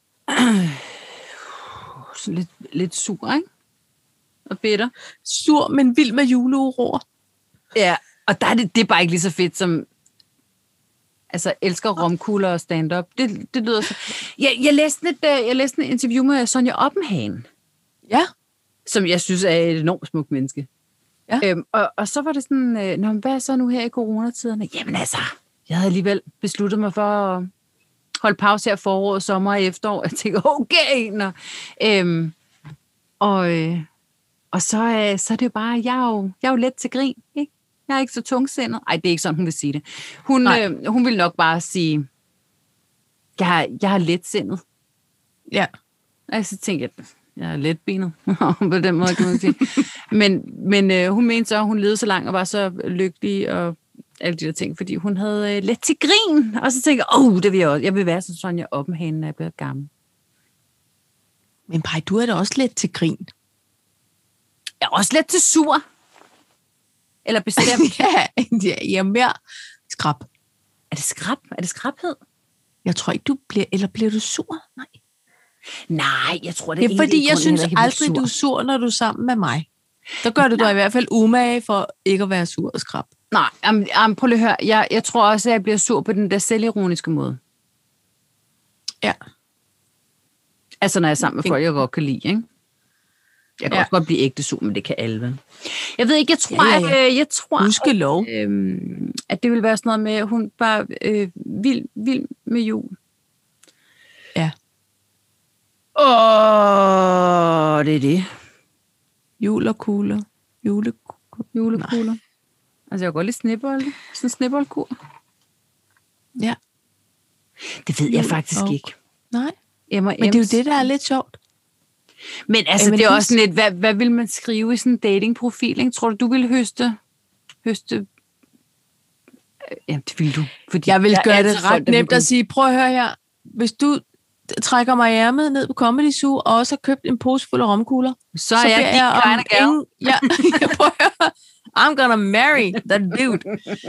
Så lidt, lidt sur, ikke? Og bitter. sur, men vild med juleuroer. Ja, og der er det, det er bare ikke lige så fedt som, altså, elsker romkugler og stand-up. Det, det lyder så... Jeg, jeg, læste et, øh, jeg læste et interview med Sonja Oppenhagen, Ja. som jeg synes er et enormt smukt menneske. Ja. Øhm, og, og så var det sådan, øh, Nå, hvad så nu her i coronatiderne? Jamen altså, jeg havde alligevel besluttet mig for at holde pause her forår, sommer og efterår. Jeg tænkte, okay. Nå. Øhm, og, øh, og så, øh, så er det jo bare, jeg er jo, jeg er jo let til grin, ikke? Jeg er ikke så tungsindet. Ej, det er ikke sådan, hun vil sige det. Hun, øh, hun vil nok bare sige, jeg har, jeg har letsindet. Ja. Og så tænkte jeg, jeg er letbenet på den måde, kan man sige. men men øh, hun mente så, at hun levede så langt og var så lykkelig og alle de der ting, fordi hun havde øh, let til grin. Og så tænkte jeg, åh, oh, det vil jeg også. Jeg vil være sådan Sonja Oppenhagen, når jeg bliver gammel. Men Paj, du er da også lidt til grin. Jeg er også let til sur. Eller bestemt. Ja, jeg er mere skrab. Er det skrab? Er det skrabhed? Jeg tror ikke, du bliver... Eller bliver du sur? Nej. Nej, jeg tror, det Det er er fordi, egentlig jeg grunden, synes heller ikke, jeg aldrig, bliver du er sur. sur, når du er sammen med mig. Der gør du dig i hvert fald umage for ikke at være sur og skrab. Nej, um, um, prøv lige at høre. Jeg, jeg tror også, at jeg bliver sur på den der selvironiske måde. Ja. Altså, når jeg er sammen med folk, jeg godt kan lide, ikke? Jeg kan Ja. også godt blive ægte sur, men det kan alle. vel? Jeg ved ikke, jeg tror, Ja, ja, ja. At, øh, jeg tror Huske lov. at, øh, at det vil være sådan noget med, at hun bare øh, vild, vild med jul. Ja. Åh, det er det. Jul og kugler. Jule... Julekugler. Altså, jeg går lidt snibbold. Sådan en snibboldkur. Ja. Det ved jeg Jul faktisk og- ikke. Nej, M og men det er M's. jo det, der er lidt sjovt. Men altså, Jamen, det er hus- også sådan lidt, hvad, hvad vil man skrive i sådan en datingprofil? Ikke? Tror du, du vil høste... høste ja, det vil du. Fordi Jeg vil der er gøre altid det folk, ret der vil nemt gå- at sige, prøv at høre her, hvis du trækker mig i ærmet ned på Comedy Zoo, og også har købt en pose fuld af romkugler, Så så er jeg beder din jeg kind om of gal. ingen... Ja, jeg prøver at høre, I'm gonna marry that dude.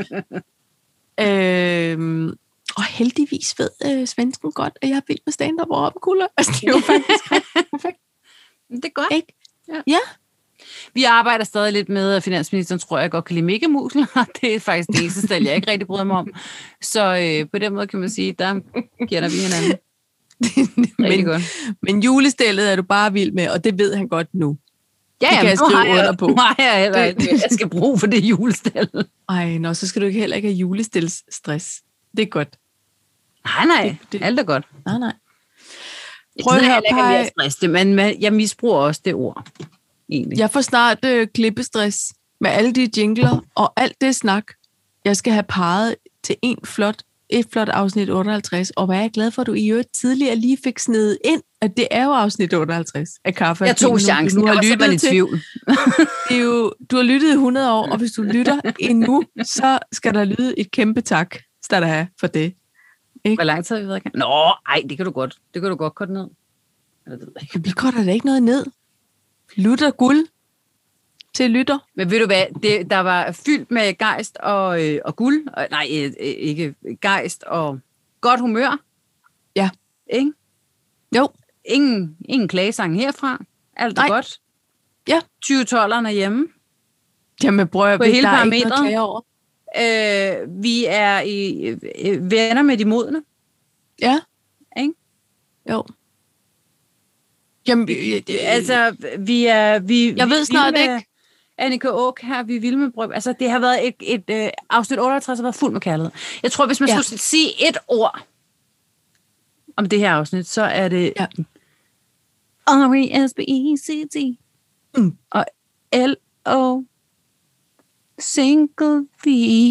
øhm, og heldigvis ved øh, svensken godt, at jeg er vild med stand-up og romkugler. Altså, det er jo faktisk ret perfekt, Det er godt. ikke? Ja. Ja. Vi arbejder stadig lidt med, at finansministeren tror, jeg godt kan lide megamusler. Det er faktisk det eneste sted, jeg ikke rigtig bryder mig om. Så øh, på den måde kan man sige, der kender vi hinanden. Rigtig men, godt. men julestillet er du bare vild med, og det ved han godt nu. Ja, det kan jamen, jeg nu skrive har jeg, under på. Nu har jeg heller Det- ikke, jeg skal bruge for det julestil. Ej, nå, så skal du ikke heller ikke have julestilsstress. Det er godt. Nej, nej. Det- det- Alt er godt. Nej, nej. Jeg Prøv at gider høre, heller ikke have Paj. mere stress, det, men men jeg misbruger også det ord. Egentlig. Jeg får snart øh, klippestress med alle de jingler og alt det snak. Jeg skal have parret til en flot, et flot afsnit otteoghalvtreds, og hvad er jeg glad for, at du i øvrigt tidligere lige fik snedet ind, at det er jo afsnit otteoghalvtreds af Kaffe. og Jeg tog Kimen, chancen. Du Jeg har var simpelthen i lyttet til. tvivl. Det er jo, du har lyttet i hundrede år, og hvis du lytter endnu, så skal der lyde et kæmpe tak, skal der have for det. Hvor lang tid har vi været i gang? Nå, ej, det kan du godt. Det kan du godt korte ned. Eller det ved jeg ikke. Vi går da ikke noget ned. Lutter guld til lytter. Men ved du hvad, det, der var fyldt med gejst og, øh, og guld. Og, nej, øh, øh, ikke gejst og godt humør. Ja. Ikke? Jo. Ingen, ingen klagesang herfra. Alt er Nej. godt. Ja. tyve tolveren er hjemme. Jamen, prøv at På der hele er ikke noget parametret. at klage over. Øh, vi er i øh, venner med de modne. Ja. Ikke? Jo. Jamen, øh, øh, Altså, vi er... Vi, Jeg vi ved er snart vilde med ikke. Annika Åk her, vi er vilde med brød. Altså, det har været et, et, et afsnit otteoghalvtreds har været fuld med kærlighed. Jeg tror, hvis man Ja. ja. skulle sige et ord om det her afsnit, så er det Ja. R E S B E C T Mm. og L O Single V.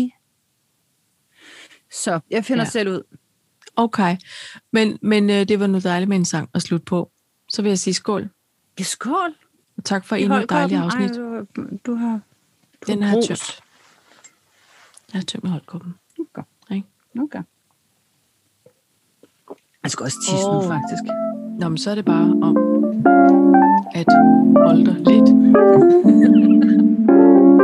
Så jeg finder Ja. ja. selv ud. Okay. Men, men øh, det var nu dejligt med en sang at slutte på. Så vil jeg sige skål. Ja, skål. Og tak for I endnu et dejligt holdkoppen. afsnit. Ej, du, du har... Du Den har jeg ros. tømt. Jeg har tømt med holdkoppen. Okay. Ikke? Okay. Jeg skal også tisse Åh. nu, faktisk. Nå, men så er det bare om at holde dig lidt.